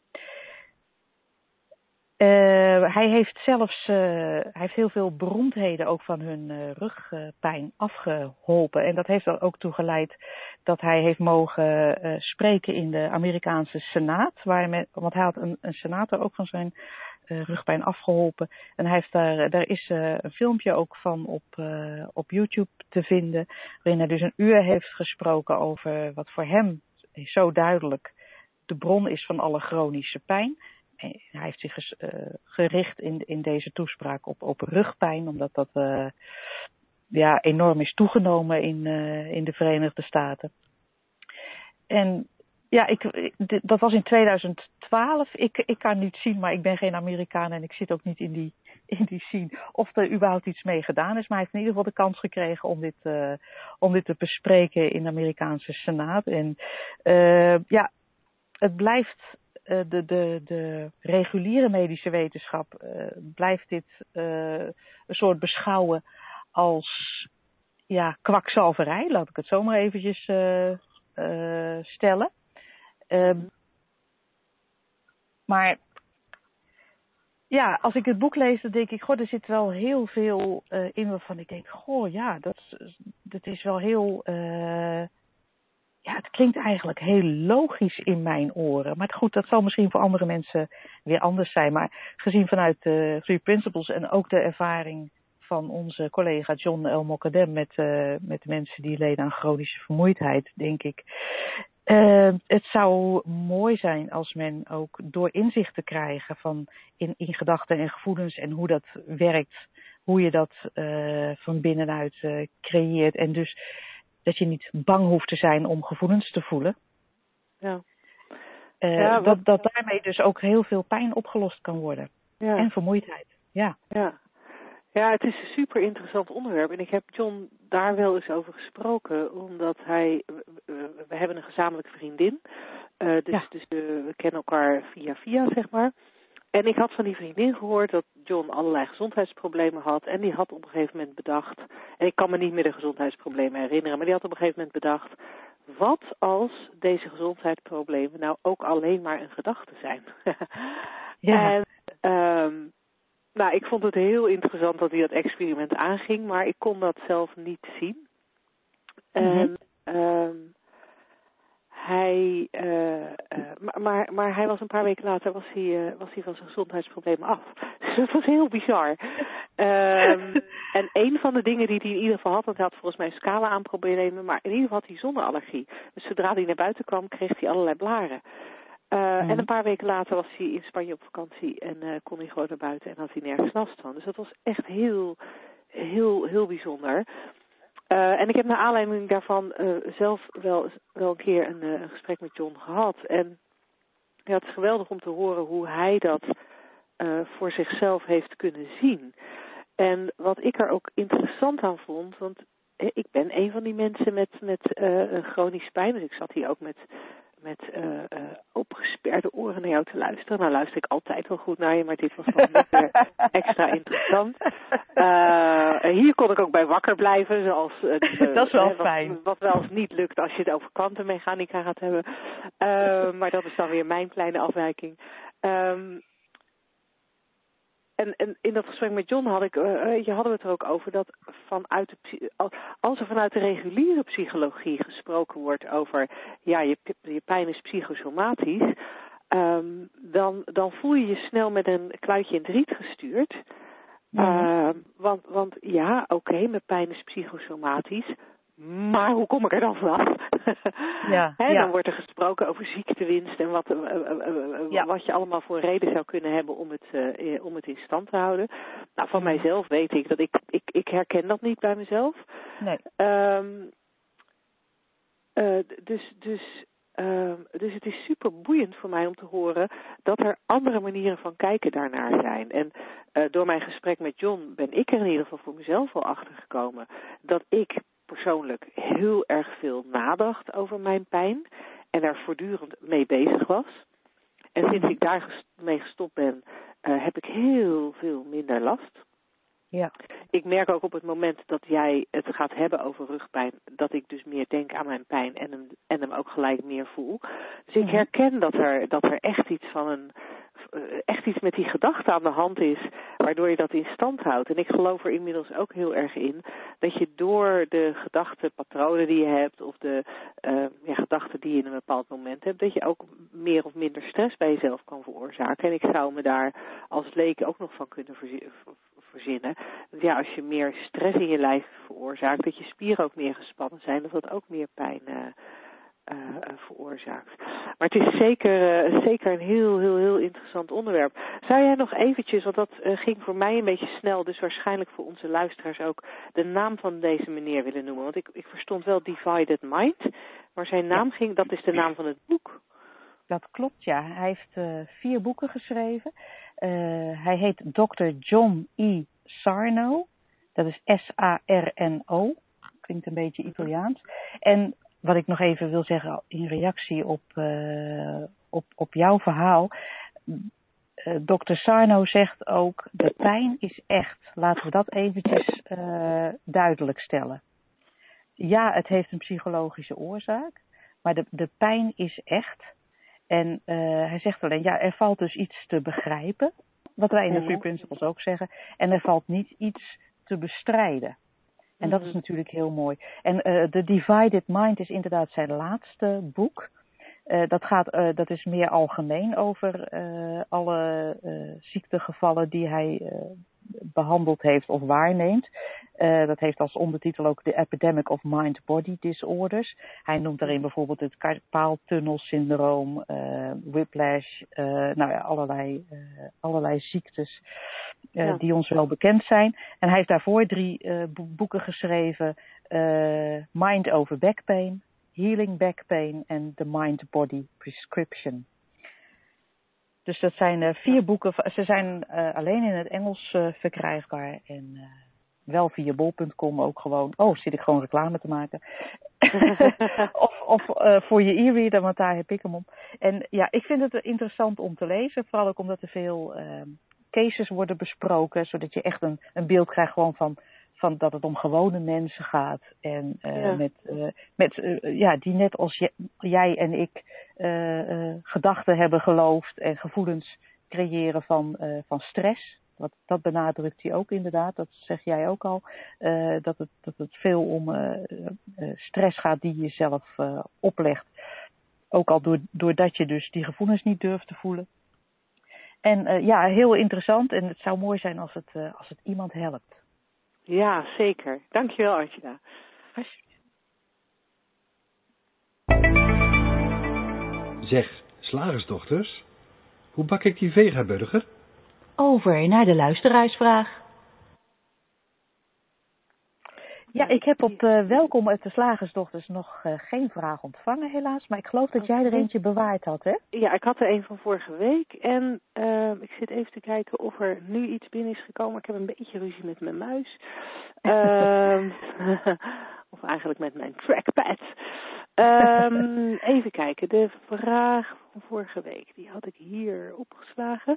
Uh, hij heeft zelfs uh, hij heeft heel veel beroemdheden ook van hun uh, rugpijn afgeholpen. En dat heeft er ook toe geleid dat hij heeft mogen uh, spreken in de Amerikaanse Senaat. Waar met, want hij had een, een senator ook van zijn uh, rugpijn afgeholpen. En hij heeft daar, daar is uh, een filmpje ook van op, uh, op YouTube te vinden. Waarin hij dus een uur heeft gesproken over wat voor hem zo duidelijk de bron is van alle chronische pijn. Hij heeft zich ges, uh, gericht in, in deze toespraak op, op rugpijn, omdat dat uh, ja, enorm is toegenomen in, uh, in de Verenigde Staten. En ja, ik, dit, dat was in tweeduizend twaalf. Ik, ik kan niet zien, maar ik ben geen Amerikaan en ik zit ook niet in die, in die scene of er überhaupt iets mee gedaan is. Maar hij heeft in ieder geval de kans gekregen om dit, uh, om dit te bespreken in de Amerikaanse Senaat. En uh, ja, het blijft... Uh, de, de, de reguliere medische wetenschap uh, blijft dit uh, een soort beschouwen als ja, kwakzalverij, laat ik het zo maar eventjes uh, uh, stellen. Uh, maar ja, als ik het boek lees, dan denk ik, goh, er zit wel heel veel uh, in waarvan ik denk, goh, ja, dat, dat is wel heel... Uh, Ja, het klinkt eigenlijk heel logisch in mijn oren. Maar goed, dat zal misschien voor andere mensen weer anders zijn. Maar gezien vanuit de Three Principles en ook de ervaring van onze collega John El Mokadem met, uh, met de mensen die leden aan chronische vermoeidheid, denk ik. Uh, het zou mooi zijn als men ook door inzicht te krijgen van in, in gedachten en gevoelens en hoe dat werkt, hoe je dat uh, van binnenuit uh, creëert en dus dat je niet bang hoeft te zijn om gevoelens te voelen. Ja. Uh, ja, wat... dat, dat daarmee dus ook heel veel pijn opgelost kan worden. Ja. En vermoeidheid. Ja. Ja. Ja, het is een super interessant onderwerp. En ik heb John daar wel eens over gesproken. Omdat hij... We, we hebben een gezamenlijke vriendin. Uh, dus, ja. dus uh, we kennen elkaar via via, zeg maar. En ik had van die vriendin gehoord dat John allerlei gezondheidsproblemen had. En die had op een gegeven moment bedacht, en ik kan me niet meer de gezondheidsproblemen herinneren, maar die had op een gegeven moment bedacht, wat als deze gezondheidsproblemen nou ook alleen maar een gedachte zijn? Ja. En um, nou, ik vond het heel interessant dat hij dat experiment aanging, maar ik kon dat zelf niet zien. Mm-hmm. En um, hij, uh, uh, maar, maar, maar hij was een paar weken later was hij, uh, was hij van zijn gezondheidsproblemen af. Dus dat was heel bizar. Um, en een van de dingen die hij in ieder geval had, want hij had volgens mij een scala aan problemen, maar in ieder geval had hij zonneallergie. Dus zodra hij naar buiten kwam, kreeg hij allerlei blaren. Uh, mm-hmm. En een paar weken later was hij in Spanje op vakantie en uh, kon hij gewoon naar buiten en had hij nergens last van. Dus dat was echt heel, heel, heel bijzonder. Uh, en ik heb naar aanleiding daarvan uh, zelf wel, wel een keer een, uh, een gesprek met John gehad. En ja, het is geweldig om te horen hoe hij dat uh, voor zichzelf heeft kunnen zien. En wat ik er ook interessant aan vond, want ik ben een van die mensen met, met uh, een chronisch pijn. Dus ik zat hier ook met, met uh, uh, opgesperde oren naar jou te luisteren. Nou luister ik altijd wel goed naar je, maar dit was dan net weer extra interessant. Uh, hier kon ik ook bij wakker blijven, zoals uh, dat is wel uh, fijn. Wat, wat wel eens niet lukt als je het over kwantummechanica gaat hebben. Uh, maar dat is dan weer mijn kleine afwijking. Um, En, en in dat gesprek met John had ik, uh, je hadden we het er ook over dat vanuit de, als er vanuit de reguliere psychologie gesproken wordt over, ja, je, je pijn is psychosomatisch, um, dan, dan voel je je snel met een kluitje in het riet gestuurd. Uh, want, want ja, oké, okay, mijn pijn is psychosomatisch. Maar hoe kom ik er dan vanaf? Ja, He, ja. Dan wordt er gesproken over ziektewinst en wat, uh, uh, uh, ja. wat je allemaal voor reden zou kunnen hebben om het, uh, om het in stand te houden. Nou, van mijzelf weet ik dat ik, ik, ik herken dat niet bij mezelf. Nee. Um, uh, dus, dus, uh, dus het is super boeiend voor mij om te horen dat er andere manieren van kijken daarnaar zijn. En uh, door mijn gesprek met John ben ik er in ieder geval voor mezelf wel achter gekomen dat ik persoonlijk heel erg veel nadacht over mijn pijn en daar voortdurend mee bezig was. En sinds ik daar mee gestopt ben, uh, heb ik heel veel minder last. Ja. Ik merk ook op het moment dat jij het gaat hebben over rugpijn, dat ik dus meer denk aan mijn pijn en hem, en hem ook gelijk meer voel. Dus ik herken dat er, dat er echt iets van een, echt iets met die gedachte aan de hand is, waardoor je dat in stand houdt. En ik geloof er inmiddels ook heel erg in, dat je door de gedachtepatronen die je hebt, of de uh, ja, gedachten die je in een bepaald moment hebt, dat je ook meer of minder stress bij jezelf kan veroorzaken. En ik zou me daar als leek ook nog van kunnen verzinnen. Ja, als je meer stress in je lijf veroorzaakt, dat je spieren ook meer gespannen zijn, dat dat ook meer pijn uh, uh, uh, veroorzaakt. Maar het is zeker, uh, zeker een heel, heel, heel interessant onderwerp. Zou jij nog eventjes, want dat uh, ging voor mij een beetje snel, dus waarschijnlijk voor onze luisteraars ook, de naam van deze meneer willen noemen? Want ik, ik verstond wel Divided Mind, maar zijn naam ja. ging, dat is de naam van het boek. Dat klopt, ja. Hij heeft uh, vier boeken geschreven. Uh, hij heet dokter John E. Sarno. Dat is S A R N O. Klinkt een beetje Italiaans. En wat ik nog even wil zeggen in reactie op, uh, op, op jouw verhaal. Uh, dokter Sarno zegt ook, de pijn is echt. Laten we dat eventjes uh, duidelijk stellen. Ja, het heeft een psychologische oorzaak. Maar de, de pijn is echt. En uh, hij zegt alleen, ja, er valt dus iets te begrijpen. Wat wij in de Free Principles ook zeggen. En er valt niet iets te bestrijden. En dat is natuurlijk heel mooi. En uh, The Divided Mind is inderdaad zijn laatste boek. Uh, dat, gaat, uh, dat is meer algemeen over uh, alle uh, ziektegevallen die hij uh, behandeld heeft of waarneemt. Uh, dat heeft als ondertitel ook The Epidemic of Mind-Body Disorders. Hij noemt daarin bijvoorbeeld het carpaaltunnelsyndroom, uh, whiplash, uh, nou ja, allerlei, uh, allerlei ziektes uh, ja. die ons wel bekend zijn. En hij heeft daarvoor drie uh, boeken geschreven. Uh, Mind over Back Pain, Healing Back Pain en The Mind-Body Prescription. Dus dat zijn uh, vier boeken. Ze zijn uh, alleen in het Engels uh, verkrijgbaar. En uh, wel via bol punt com ook gewoon. Oh, zit ik gewoon reclame te maken. of of uh, voor je e-reader, want daar heb ik hem op. En ja, ik vind het interessant om te lezen. Vooral ook omdat er veel uh, cases worden besproken, zodat je echt een, een beeld krijgt gewoon van, van dat het om gewone mensen gaat. En uh, ja. met, uh, met uh, ja, die net als je, jij en ik uh, uh, gedachten hebben geloofd en gevoelens creëren van, uh, van stress. Wat, dat benadrukt hij ook inderdaad, dat zeg jij ook al. Uh, dat, het, dat het veel om uh, uh, stress gaat die je zelf uh, oplegt. Ook al door, doordat je dus die gevoelens niet durft te voelen. En uh, ja, heel interessant. En het zou mooi zijn als het, uh, als het iemand helpt. Ja, zeker. Dankjewel, Angela. Zeg, slagersdochters, hoe bak ik die vegaburger? Over naar de luisteraarsvraag. Ja, ik heb op uh, welkom uit de slagersdochters nog uh, geen vraag ontvangen helaas. Maar ik geloof dat jij er eentje bewaard had, hè? Ja, ik had er een van vorige week. En uh, ik zit even te kijken of er nu iets binnen is gekomen. Ik heb een beetje ruzie met mijn muis. uh, of eigenlijk met mijn trackpad. Um, even kijken, de vraag van vorige week, die had ik hier opgeslagen.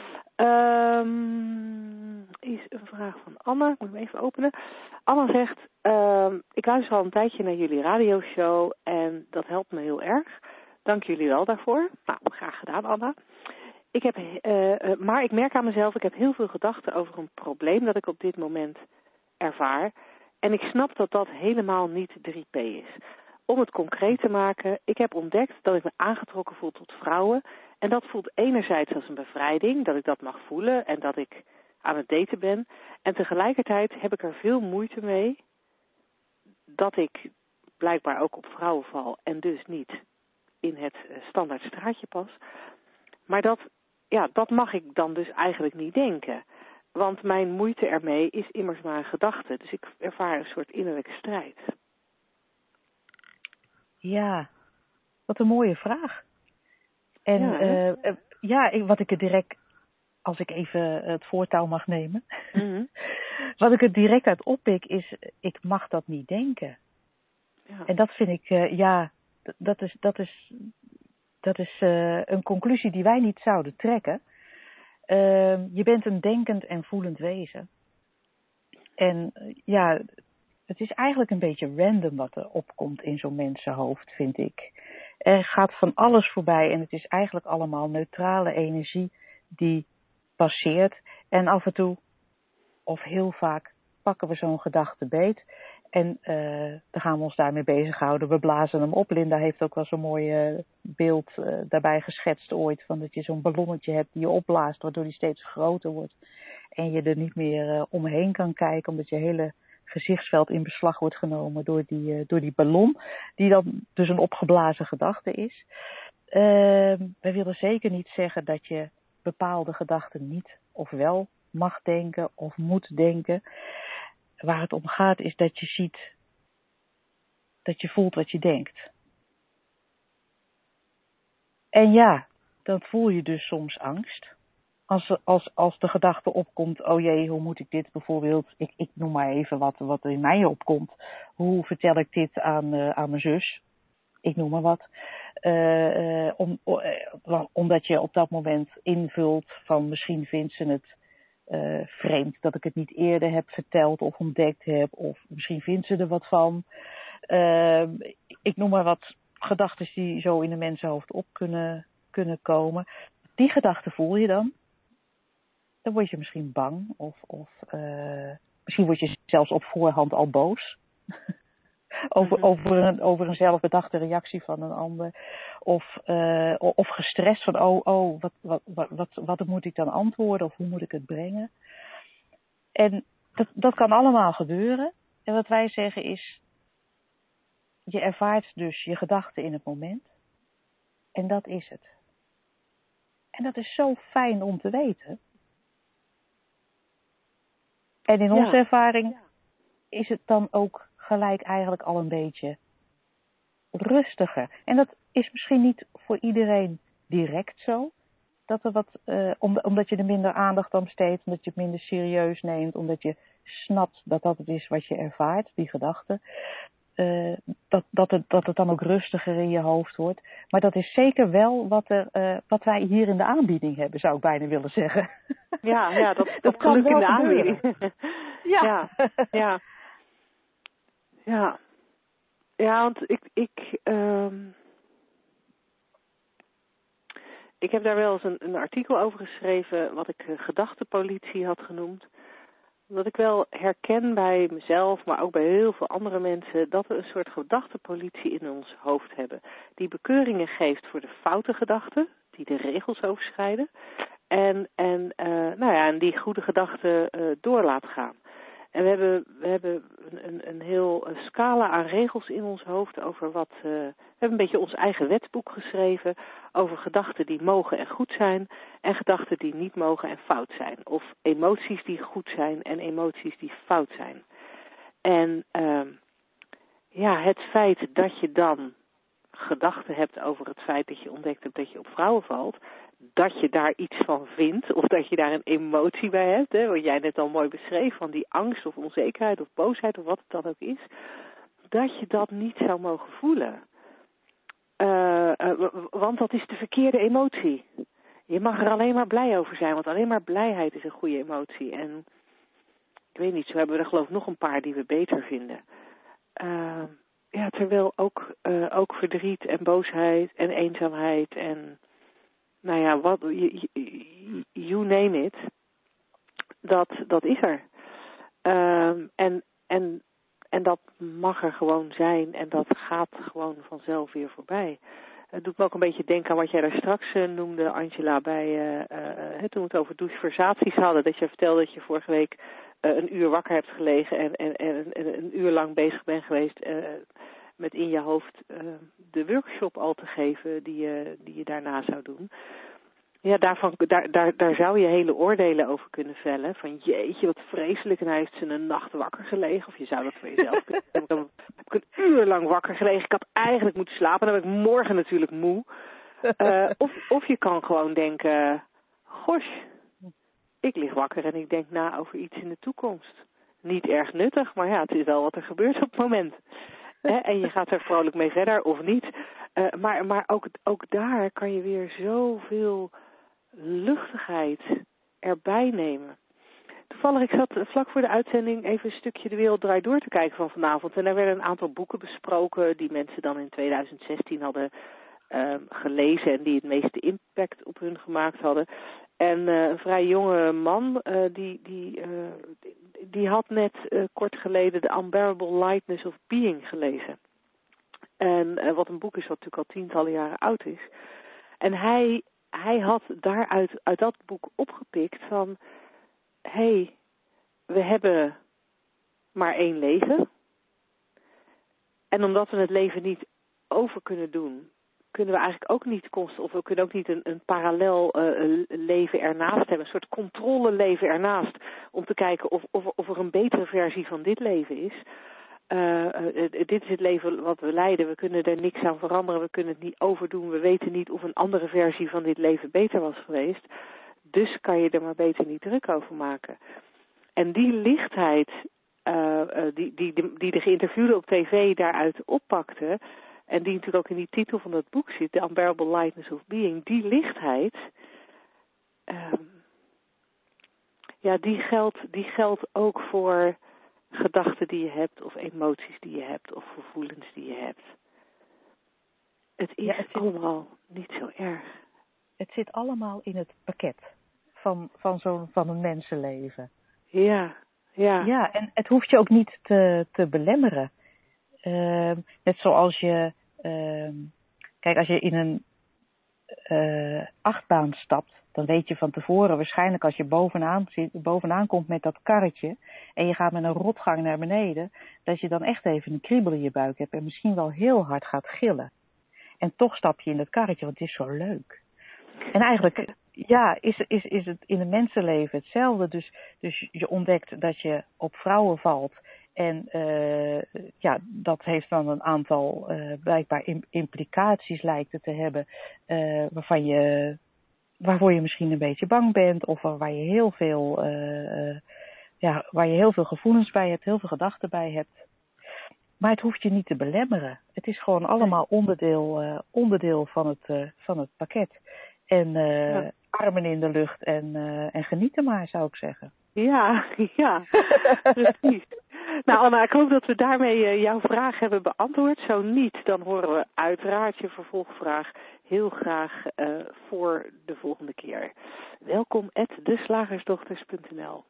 Um, is een vraag van Anna. Ik moet hem even openen. Anna zegt, um, ik luister al een tijdje naar jullie radioshow en dat helpt me heel erg. Dank jullie wel daarvoor. Nou, graag gedaan, Anna. Ik heb, uh, uh, maar ik merk aan mezelf, ik heb heel veel gedachten over een probleem dat ik op dit moment ervaar. En ik snap dat dat helemaal niet drie P is. Om het concreet te maken, ik heb ontdekt dat ik me aangetrokken voel tot vrouwen. En dat voelt enerzijds als een bevrijding, dat ik dat mag voelen en dat ik aan het daten ben. En tegelijkertijd heb ik er veel moeite mee dat ik blijkbaar ook op vrouwen val en dus niet in het standaard straatje pas. Maar dat, ja, dat mag ik dan dus eigenlijk niet denken. Want mijn moeite ermee is immers maar een gedachte. Dus ik ervaar een soort innerlijke strijd. Ja, wat een mooie vraag. En ja, uh, ja ik, wat ik er direct, als ik even het voortouw mag nemen. Mm-hmm. Wat ik er direct uit oppik is, ik mag dat niet denken. Ja. En dat vind ik, uh, ja, dat is, dat is, dat is uh, een conclusie die wij niet zouden trekken. Uh, je bent een denkend en voelend wezen. En uh, ja, het is eigenlijk een beetje random wat er opkomt in zo'n mensenhoofd, vind ik. Er gaat van alles voorbij en het is eigenlijk allemaal neutrale energie die passeert. En af en toe, of heel vaak, pakken we zo'n gedachte beet. En uh, dan gaan we ons daarmee bezighouden. We blazen hem op. Linda heeft ook wel zo'n mooi uh, beeld uh, daarbij geschetst ooit. Van dat je zo'n ballonnetje hebt die je opblaast, waardoor die steeds groter wordt. En je er niet meer uh, omheen kan kijken, omdat je hele gezichtsveld in beslag wordt genomen door die, uh, door die ballon. Die dan dus een opgeblazen gedachte is. Uh, wij willen zeker niet zeggen dat je bepaalde gedachten niet of wel mag denken of moet denken. Waar het om gaat is dat je ziet, dat je voelt wat je denkt. En ja, dan voel je dus soms angst. Als, als, als de gedachte opkomt, oh jee, hoe moet ik dit bijvoorbeeld, ik, ik noem maar even wat, wat er in mij opkomt. Hoe vertel ik dit aan, uh, aan mijn zus? Ik noem maar wat. Uh, uh, om, uh, omdat je op dat moment invult van misschien vindt ze het uh, vreemd dat ik het niet eerder heb verteld of ontdekt heb. Of misschien vindt ze er wat van. Uh, ik noem maar wat gedachten die zo in de mensenhoofd op kunnen, kunnen komen. Die gedachten voel je dan. Dan word je misschien bang of, of uh, misschien word je zelfs op voorhand al boos. over, over, een, over een zelfbedachte reactie van een ander. Of, uh, of gestrest van, oh, oh wat, wat, wat, wat, wat moet ik dan antwoorden of hoe moet ik het brengen? En dat, dat kan allemaal gebeuren. En wat wij zeggen is, je ervaart dus je gedachten in het moment. En dat is het. En dat is zo fijn om te weten. En in onze ja. ervaring is het dan ook gelijk eigenlijk al een beetje rustiger. En dat is misschien niet voor iedereen direct zo. Dat er wat, uh, om, omdat je er minder aandacht aan besteedt, omdat je het minder serieus neemt, omdat je snapt dat dat het is wat je ervaart, die gedachte. Uh, dat, dat, het, dat het dan ook rustiger in je hoofd wordt. Maar dat is zeker wel wat, er, uh, wat wij hier in de aanbieding hebben, zou ik bijna willen zeggen. Ja, ja, dat, dat, Dat kan geluk in wel de gebeuren. aanbieding. Ja. Ja, ja. Ja, ja want ik, ik, um, ik heb daar wel eens een, een artikel over geschreven, wat ik uh, gedachtenpolitie had genoemd. Omdat ik wel herken bij mezelf, maar ook bij heel veel andere mensen, dat we een soort gedachtenpolitie in ons hoofd hebben. Die bekeuringen geeft voor de foute gedachten, die de regels overschrijden. En, en, uh, nou ja, en die goede gedachten uh, door laat gaan. En we hebben, we hebben een, een, een heel uh, scala aan regels in ons hoofd over wat... Uh, we hebben een beetje ons eigen wetboek geschreven over gedachten die mogen en goed zijn en gedachten die niet mogen en fout zijn. Of emoties die goed zijn en emoties die fout zijn. En uh, ja, het feit dat je dan gedachten hebt over het feit dat je ontdekt hebt dat je op vrouwen valt, dat je daar iets van vindt, of dat je daar een emotie bij hebt, hè, wat jij net al mooi beschreef, van die angst of onzekerheid of boosheid of wat het dan ook is, dat je dat niet zou mogen voelen. Uh, uh, want dat is de verkeerde emotie. Je mag er alleen maar blij over zijn, want alleen maar blijheid is een goede emotie. En ik weet niet, zo hebben we er geloof ik nog een paar die we beter vinden. Uh, ja, terwijl ook, uh, ook verdriet en boosheid en eenzaamheid en nou ja, wat, you, you name it, dat, dat is er. Um, en, en, en dat mag er gewoon zijn en dat gaat gewoon vanzelf weer voorbij. Het doet me ook een beetje denken aan wat jij daar straks uh, noemde, Angela, bij, uh, uh, toen we het over doucheversaties hadden. Dat je vertelde dat je vorige week uh, een uur wakker hebt gelegen en, en, en, en een uur lang bezig bent geweest uh, met in je hoofd uh, de workshop al te geven die je, die je daarna zou doen. Ja, daarvan, daar, daar, daar zou je hele oordelen over kunnen vellen. Van jeetje, wat vreselijk. En hij heeft ze een nacht wakker gelegen. Of je zou dat voor jezelf kunnen. Heb ik, een, heb ik een uur lang wakker gelegen. Ik had eigenlijk moeten slapen. Dan ben ik morgen natuurlijk moe. Uh, of, of je kan gewoon denken, gosh, ik lig wakker en ik denk na over iets in de toekomst. Niet erg nuttig, maar ja, het is wel wat er gebeurt op het moment. He, en je gaat er vrolijk mee verder of niet. Uh, maar maar ook, ook daar kan je weer zoveel luchtigheid erbij nemen. Toevallig, ik zat vlak voor de uitzending even een stukje De Wereld Draait Door te kijken van vanavond. En daar werden een aantal boeken besproken die mensen dan in tweeduizend zestien hadden uh, gelezen en die het meeste impact op hun gemaakt hadden. En uh, een vrij jonge man, uh, die, die, uh, die, die had net uh, kort geleden The Unbearable Lightness of Being gelezen. En uh, wat een boek is wat natuurlijk al tientallen jaren oud is. En hij, hij had daaruit uit dat boek opgepikt van, hé, hey, we hebben maar één leven. En omdat we het leven niet over kunnen doen, kunnen we eigenlijk ook niet kosten, of we kunnen ook niet een, een parallel uh, leven ernaast hebben, een soort controleleven ernaast, om te kijken of, of, of er een betere versie van dit leven is. Uh, uh, dit is het leven wat we leiden, we kunnen er niks aan veranderen, we kunnen het niet overdoen, we weten niet of een andere versie van dit leven beter was geweest, dus kan je er maar beter niet druk over maken. En die lichtheid, uh, uh, die, die, die de geïnterviewde op tv daaruit oppakte, en die natuurlijk ook in die titel van dat boek zit, The Unbearable Lightness of Being, die lichtheid, um, ja, die geldt, die geldt ook voor gedachten die je hebt, of emoties die je hebt, of gevoelens die je hebt. Het is ja, het zit, allemaal niet zo erg. Het zit allemaal in het pakket van, van, zo'n, van een mensenleven. Ja, ja. Ja, en het hoeft je ook niet te, te belemmeren. Uh, net zoals je, uh, kijk, als je in een uh, achtbaan stapt, dan weet je van tevoren waarschijnlijk als je bovenaan, zit, bovenaan komt met dat karretje en je gaat met een rotgang naar beneden, dat je dan echt even een kriebel in je buik hebt en misschien wel heel hard gaat gillen. En toch stap je in dat karretje, want het is zo leuk. En eigenlijk, ja, is, is, is het in het mensenleven hetzelfde. Dus, dus je ontdekt dat je op vrouwen valt. En uh, ja, dat heeft dan een aantal uh, blijkbaar implicaties lijkt het te hebben, uh, waarvan je, waarvoor je misschien een beetje bang bent, of waar je heel veel, uh, uh, ja, waar je heel veel gevoelens bij hebt, heel veel gedachten bij hebt. Maar het hoeft je niet te belemmeren. Het is gewoon allemaal onderdeel, uh, onderdeel van het, uh, van het pakket. En uh, ja. armen in de lucht en, uh, en genieten maar, zou ik zeggen. Ja, ja, precies. Nou Anna, ik hoop dat we daarmee uh, jouw vraag hebben beantwoord. Zo niet, dan horen we uiteraard je vervolgvraag heel graag uh, voor de volgende keer. Welkom at deslagersdochters punt n l.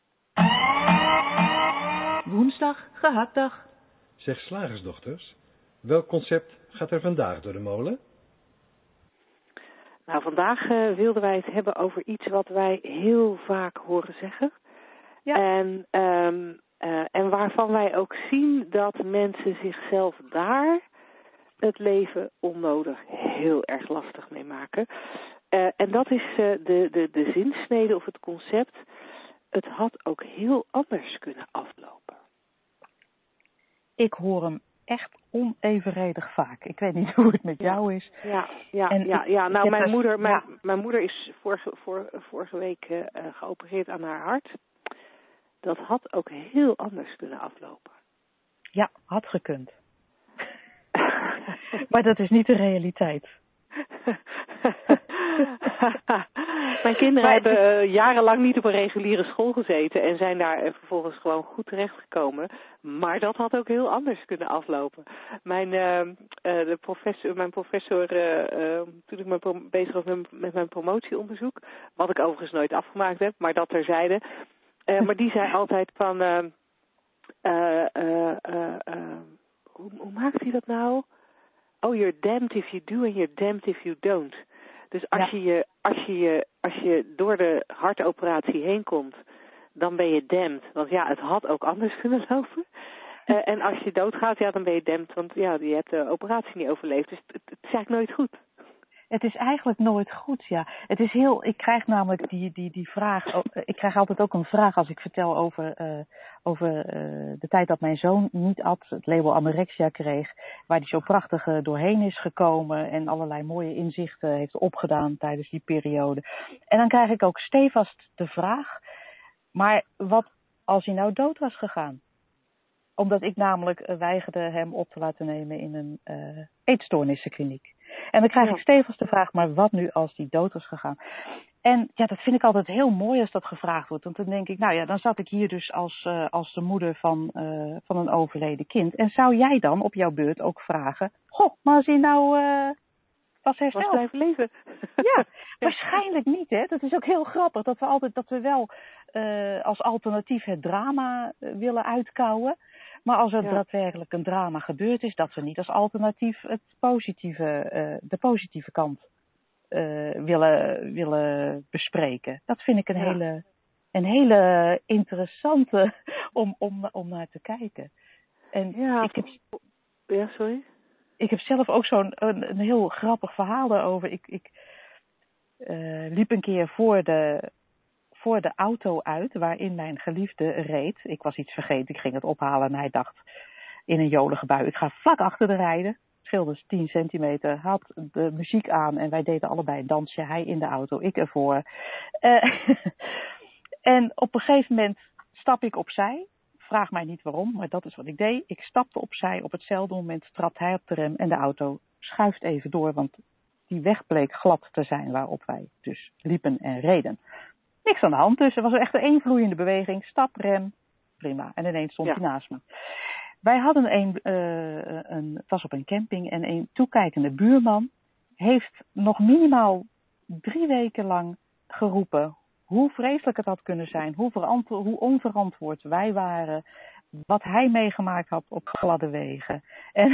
Woensdag, gehaktdag. Zeg slagersdochters, welk concept gaat er vandaag door de molen? Nou, vandaag uh, wilden wij het hebben over iets wat wij heel vaak horen zeggen. Ja. En, um, uh, en waarvan wij ook zien dat mensen zichzelf daar het leven onnodig heel erg lastig mee maken. Uh, en dat is uh, de, de, de zinsnede of het concept. Het had ook heel anders kunnen aflopen. Ik hoor hem echt onevenredig vaak. Ik weet niet hoe het met ja. jou is. Ja, ja, en ja, ik, ja. nou mijn dus, moeder, mijn, ja. mijn moeder is vorige, vor, vorige week uh, geopereerd aan haar hart. Dat had ook heel anders kunnen aflopen. Ja, had gekund. Maar dat is niet de realiteit. Mijn kinderen maar, hebben uh, jarenlang niet op een reguliere school gezeten en zijn daar uh, vervolgens gewoon goed terechtgekomen. Maar dat had ook heel anders kunnen aflopen. Mijn, uh, uh, de professor, mijn professor, uh, uh, toen ik me pro- bezig was met, met mijn promotieonderzoek, wat ik overigens nooit afgemaakt heb, maar dat terzijde. Uh, maar die zei altijd van, uh, uh, uh, uh, uh, hoe, hoe maakt hij dat nou? Oh, you're damned if you do and you're damned if you don't. Dus als, ja. je, je, als, je, je, als je door de hartoperatie heen komt, dan ben je damned. Want ja, het had ook anders kunnen lopen. Uh, en als je doodgaat, ja, dan ben je damned. Want ja, je hebt de operatie niet overleefd. Dus het, het is eigenlijk nooit goed. Het is eigenlijk nooit goed, ja. Het is heel, ik krijg namelijk die, die, die vraag, ik krijg altijd ook een vraag als ik vertel over, uh, over uh, de tijd dat mijn zoon niet at, het label anorexia kreeg, waar hij zo prachtig uh, doorheen is gekomen en allerlei mooie inzichten heeft opgedaan tijdens die periode. En dan krijg ik ook stevast de vraag, maar wat als hij nou dood was gegaan? Omdat ik namelijk uh, weigerde hem op te laten nemen in een uh, eetstoornissenkliniek. En dan krijg ja. ik stevast de vraag, maar wat nu als die dood was gegaan? En ja, dat vind ik altijd heel mooi als dat gevraagd wordt. Want dan denk ik, nou ja, dan zat ik hier dus als, uh, als de moeder van, uh, van een overleden kind. En zou jij dan op jouw beurt ook vragen, goh, maar als hij nou uh, was hersteld? Was blijven leven. Ja, waarschijnlijk niet, hè. Dat is ook heel grappig, dat we altijd, dat we wel uh, als alternatief het drama uh, willen uitkouwen. Maar als er ja. daadwerkelijk een drama gebeurd is, dat we niet als alternatief het positieve, uh, de positieve kant uh, willen, willen bespreken. Dat vind ik een, ja. hele, een hele interessante om, om, om naar te kijken. En ja, ik heb, ja, sorry? Ik heb zelf ook zo'n een, een heel grappig verhaal daarover. Ik, ik uh, liep een keer voor de... voor de auto uit waarin mijn geliefde reed. Ik was iets vergeten, ik ging het ophalen en hij dacht in een jolige bui, ik ga vlak achter de rijden. Het scheelde dus tien centimeter, had de muziek aan en wij deden allebei een dansje. Hij in de auto, ik ervoor. Uh, en op een gegeven moment stap ik opzij. Vraag mij niet waarom, maar dat is wat ik deed. Ik stapte opzij, op hetzelfde moment trapt hij op de rem en de auto schuift even door, want die weg bleek glad te zijn waarop wij dus liepen en reden. Niks aan de hand, dus er was echt een vloeiende beweging. Stap, rem, prima. En ineens stond ja. hij naast me. Wij hadden een, uh, een, het was op een camping en een toekijkende buurman heeft nog minimaal drie weken lang geroepen hoe vreselijk het had kunnen zijn, hoe, verantwo- hoe onverantwoord wij waren, wat hij meegemaakt had op gladde wegen. En,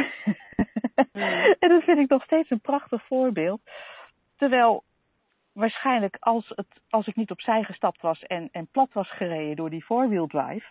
mm. en dat vind ik nog steeds een prachtig voorbeeld. Terwijl waarschijnlijk als, het, als ik niet opzij gestapt was en, en plat was gereden door die four-wheel drive,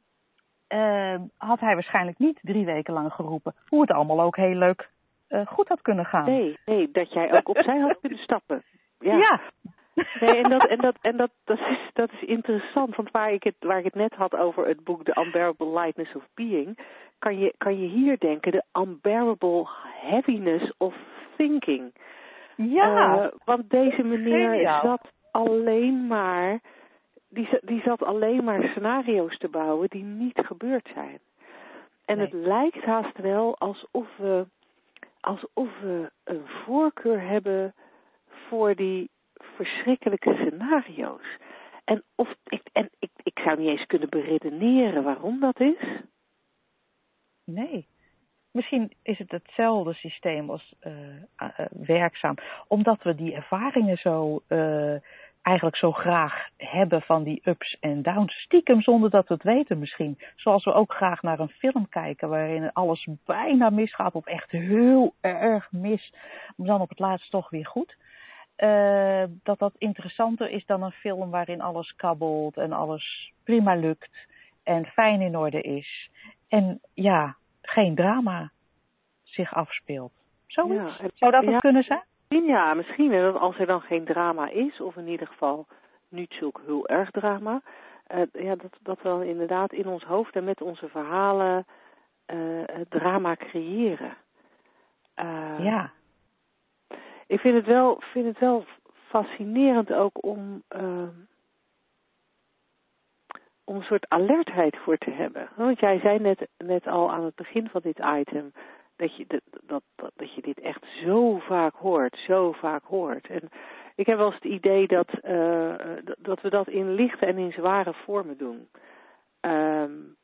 uh, had hij waarschijnlijk niet drie weken lang geroepen hoe het allemaal ook heel leuk uh, goed had kunnen gaan. Nee, nee, dat jij ook opzij had kunnen stappen. Ja. ja. Nee, en dat, en dat, en dat, dat, is, dat is interessant, want waar ik, het, waar ik het net had over het boek The Unbearable Lightness of Being, kan je, kan je hier denken, de unbearable heaviness of thinking. Ja. Uh, want deze meneer Geniaal. zat alleen maar, die, die zat alleen maar scenario's te bouwen die niet gebeurd zijn. En nee. Het lijkt haast wel alsof we, alsof we een voorkeur hebben voor die verschrikkelijke scenario's. En, of, ik, en ik, ik zou niet eens kunnen beredeneren waarom dat is. Nee. Misschien is het hetzelfde systeem als uh, uh, werkzaam. Omdat we die ervaringen zo uh, eigenlijk zo graag hebben van die ups en downs. Stiekem zonder dat we het weten misschien. Zoals we ook graag naar een film kijken waarin alles bijna misgaat of echt heel erg mis. Maar dan op het laatst toch weer goed. Uh, dat dat interessanter is dan een film waarin alles kabbelt en alles prima lukt en fijn in orde is. En ja, geen drama zich afspeelt. Zoiets? Ja, zou dat het ja, kunnen zijn? Ja, misschien. En dat als er dan geen drama is, of in ieder geval niet zulk heel erg drama, uh, ja, dat, dat we dan inderdaad in ons hoofd en met onze verhalen uh, drama creëren. Uh, ja. Ik vind het wel, vind het wel fascinerend ook om, uh, om een soort alertheid voor te hebben. Want jij zei net, net al aan het begin van dit item dat je, dat, dat, dat, dat je dit echt zo vaak hoort, zo vaak hoort. En ik heb wel eens het idee dat, uh, dat we dat in lichte en in zware vormen doen. Um,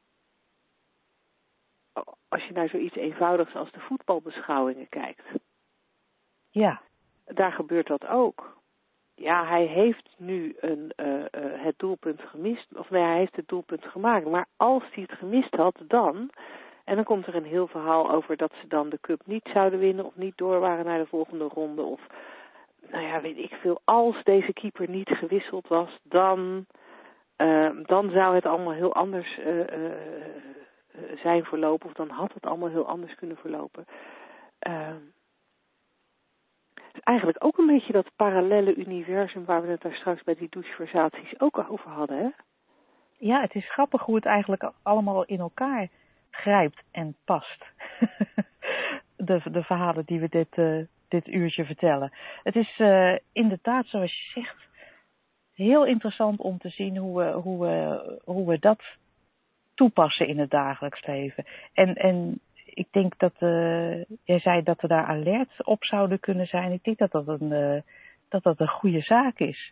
als je naar zoiets eenvoudigs als de voetbalbeschouwingen kijkt. Ja. Daar gebeurt dat ook. Ja, hij heeft nu een, uh, uh, het doelpunt gemist. Of nee, hij heeft het doelpunt gemaakt. Maar als hij het gemist had, dan... En dan komt er een heel verhaal over dat ze dan de cup niet zouden winnen... of niet door waren naar de volgende ronde. Of, nou ja, weet ik veel. Als deze keeper niet gewisseld was, dan... Uh, dan zou het allemaal heel anders uh, uh, zijn verlopen. Of dan had het allemaal heel anders kunnen verlopen. Uh, Eigenlijk ook een beetje dat parallele universum waar we het daar straks bij die doucheversaties ook over hadden, hè? Ja, het is grappig hoe het eigenlijk allemaal in elkaar grijpt en past. de, de verhalen die we dit, uh, dit uurtje vertellen. Het is uh, inderdaad, zoals je zegt, heel interessant om te zien hoe we, hoe we, hoe we dat toepassen in het dagelijks leven. En, en ik denk dat, uh, jij zei dat we daar alert op zouden kunnen zijn. Ik denk dat dat een, uh, dat dat een goede zaak is.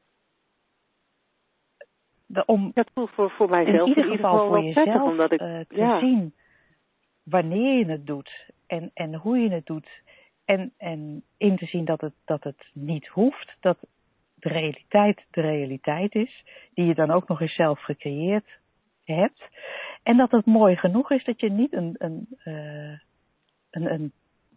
De, om dat voelt voor, voor mijzelf in ieder geval, in ieder geval voor jezelf prettig, omdat ik, uh, te ja. zien wanneer je het doet en, en hoe je het doet. En, en in te zien dat het, dat het niet hoeft, dat de realiteit de realiteit is, die je dan ook nog eens zelf gecreëerd hebt. En dat het mooi genoeg is dat je niet een, een, uh, een, een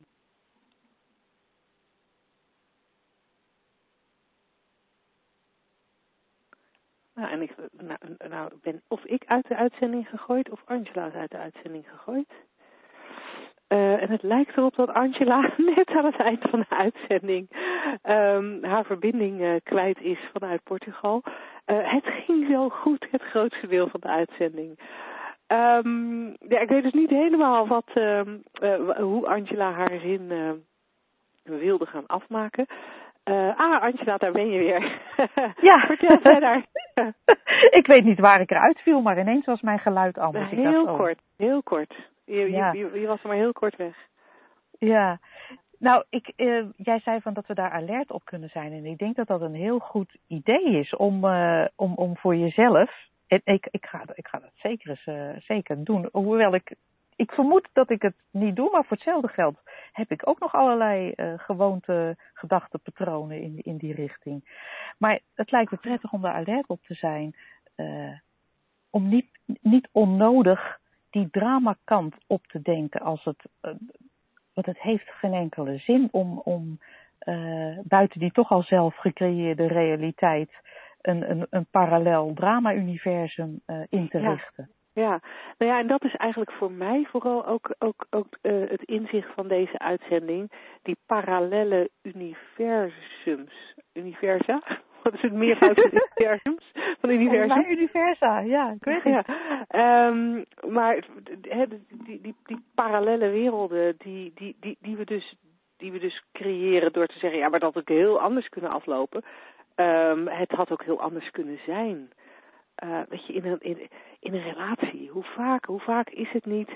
Nou, en ik nou, nou, ben of ik uit de uitzending gegooid of Angela is uit de uitzending gegooid. Uh, en het lijkt erop dat Angela net aan het eind van de uitzending um, haar verbinding uh, kwijt is vanuit Portugal. Uh, het ging wel goed, het grootste deel van de uitzending. Um, ja, ik weet dus niet helemaal wat, uh, uh, hoe Angela haar zin uh, wilde gaan afmaken. Uh, ah, Angela, daar ben je weer. Ja. Vertel verder. Ik weet niet waar ik eruit viel, maar ineens was mijn geluid anders. Nou, heel dacht, kort, oh. heel kort. Je, ja. je, je, je was er maar heel kort weg. Ja. Nou, ik, uh, jij zei van dat we daar alert op kunnen zijn. En ik denk dat dat een heel goed idee is om, uh, om, om voor jezelf... En ik, ik, ga, ik ga dat zeker eens uh, zeker doen. Hoewel ik... Ik vermoed dat ik het niet doe, maar voor hetzelfde geld heb ik ook nog allerlei uh, gewoonte, gedachtepatronen in, in die richting. Maar het lijkt me prettig om daar alert op te zijn. Uh, om niet, niet onnodig die dramakant op te denken. Als het, uh, want het heeft geen enkele zin om, om uh, buiten die toch al zelf gecreëerde realiteit een, een, een parallel drama-universum uh, in te ja. richten. Ja, nou ja, en dat is eigenlijk voor mij vooral ook, ook, ook uh, het inzicht van deze uitzending. Die parallelle universums. Universa? Wat is het meervoud van universums? Van universum? Mijn universa, ja, ik weet het. Ja. Um, maar he, die, die, die parallelle werelden die, die, die, die, we dus, die we dus creëren door te zeggen, ja, maar dat het heel anders kunnen aflopen. Um, het had ook heel anders kunnen zijn. Uh, weet je, in een, in, in een relatie, hoe vaak, hoe vaak is het niet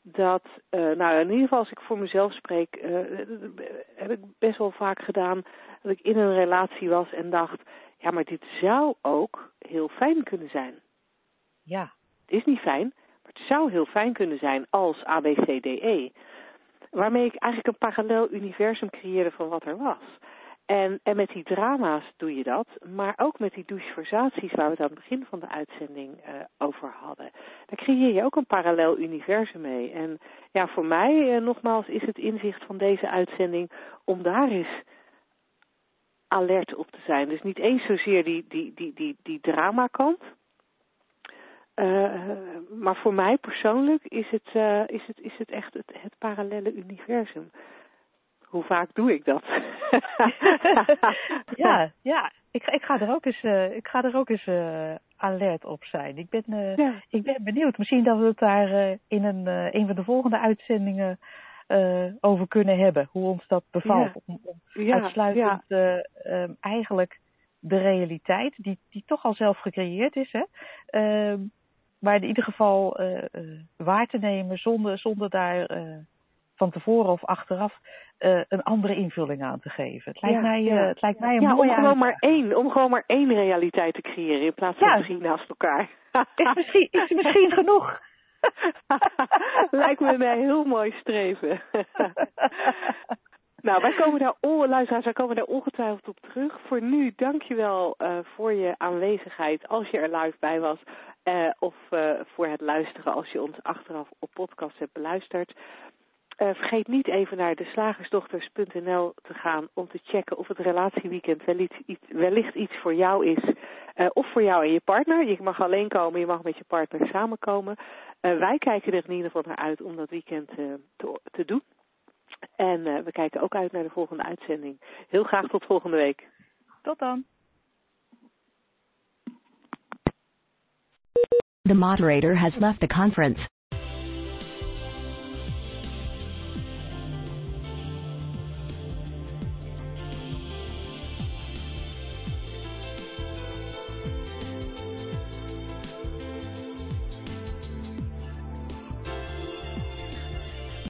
dat, uh, nou in ieder geval als ik voor mezelf spreek, uh, heb ik best wel vaak gedaan dat ik in een relatie was en dacht, ja, maar dit zou ook heel fijn kunnen zijn. Ja. Het is niet fijn, maar het zou heel fijn kunnen zijn als A, B, C, D, E. Waarmee ik eigenlijk een parallel universum creëerde van wat er was. En, en met die drama's doe je dat, maar ook met die doucheversaties waar we het aan het begin van de uitzending uh, over hadden. Daar creëer je ook een parallel universum mee. En ja, voor mij, uh, nogmaals, is het inzicht van deze uitzending om daar eens alert op te zijn. Dus niet eens zozeer die, die, die, die, die dramakant. Uh, maar voor mij persoonlijk is het, uh, is het, is het echt het, het parallelle universum. Hoe vaak doe ik dat? ja, ja. Ik, ik ga er ook eens, uh, ik ga er ook eens uh, alert op zijn. Ik ben, uh, ja. ik ben benieuwd. Misschien dat we het daar uh, in een, uh, een van de volgende uitzendingen uh, over kunnen hebben. Hoe ons dat bevalt. Ja. Om, om ja, uitsluitend ja. Uh, um, eigenlijk de realiteit, die, die toch al zelf gecreëerd is, hè. Uh, maar in ieder geval uh, uh, waar te nemen zonder, zonder daar uh, van tevoren of achteraf uh, een andere invulling aan te geven. Het lijkt ja, mij, uh, ja. het lijkt mij een ja, mooie om gewoon uitdaging. maar één, om gewoon maar één realiteit te creëren in plaats van ja. drie naast elkaar. Is misschien, is misschien genoeg. Lijkt me een heel mooi streven. Nou, wij komen daar, oh, luisteraars, wij komen daar ongetwijfeld op terug. Voor nu, dankjewel uh, voor je aanwezigheid als je er live bij was. Uh, of uh, voor het luisteren als je ons achteraf op podcast hebt beluisterd. Uh, vergeet niet even naar de slagersdochters punt n l te gaan om te checken of het relatieweekend wellicht iets, wellicht iets voor jou is. Uh, of voor jou en je partner. Je mag alleen komen, je mag met je partner samenkomen. Uh, wij kijken er in ieder geval naar uit om dat weekend uh, te, te doen. En uh, we kijken ook uit naar de volgende uitzending. Heel graag tot volgende week. Tot dan. The moderator has left the conference.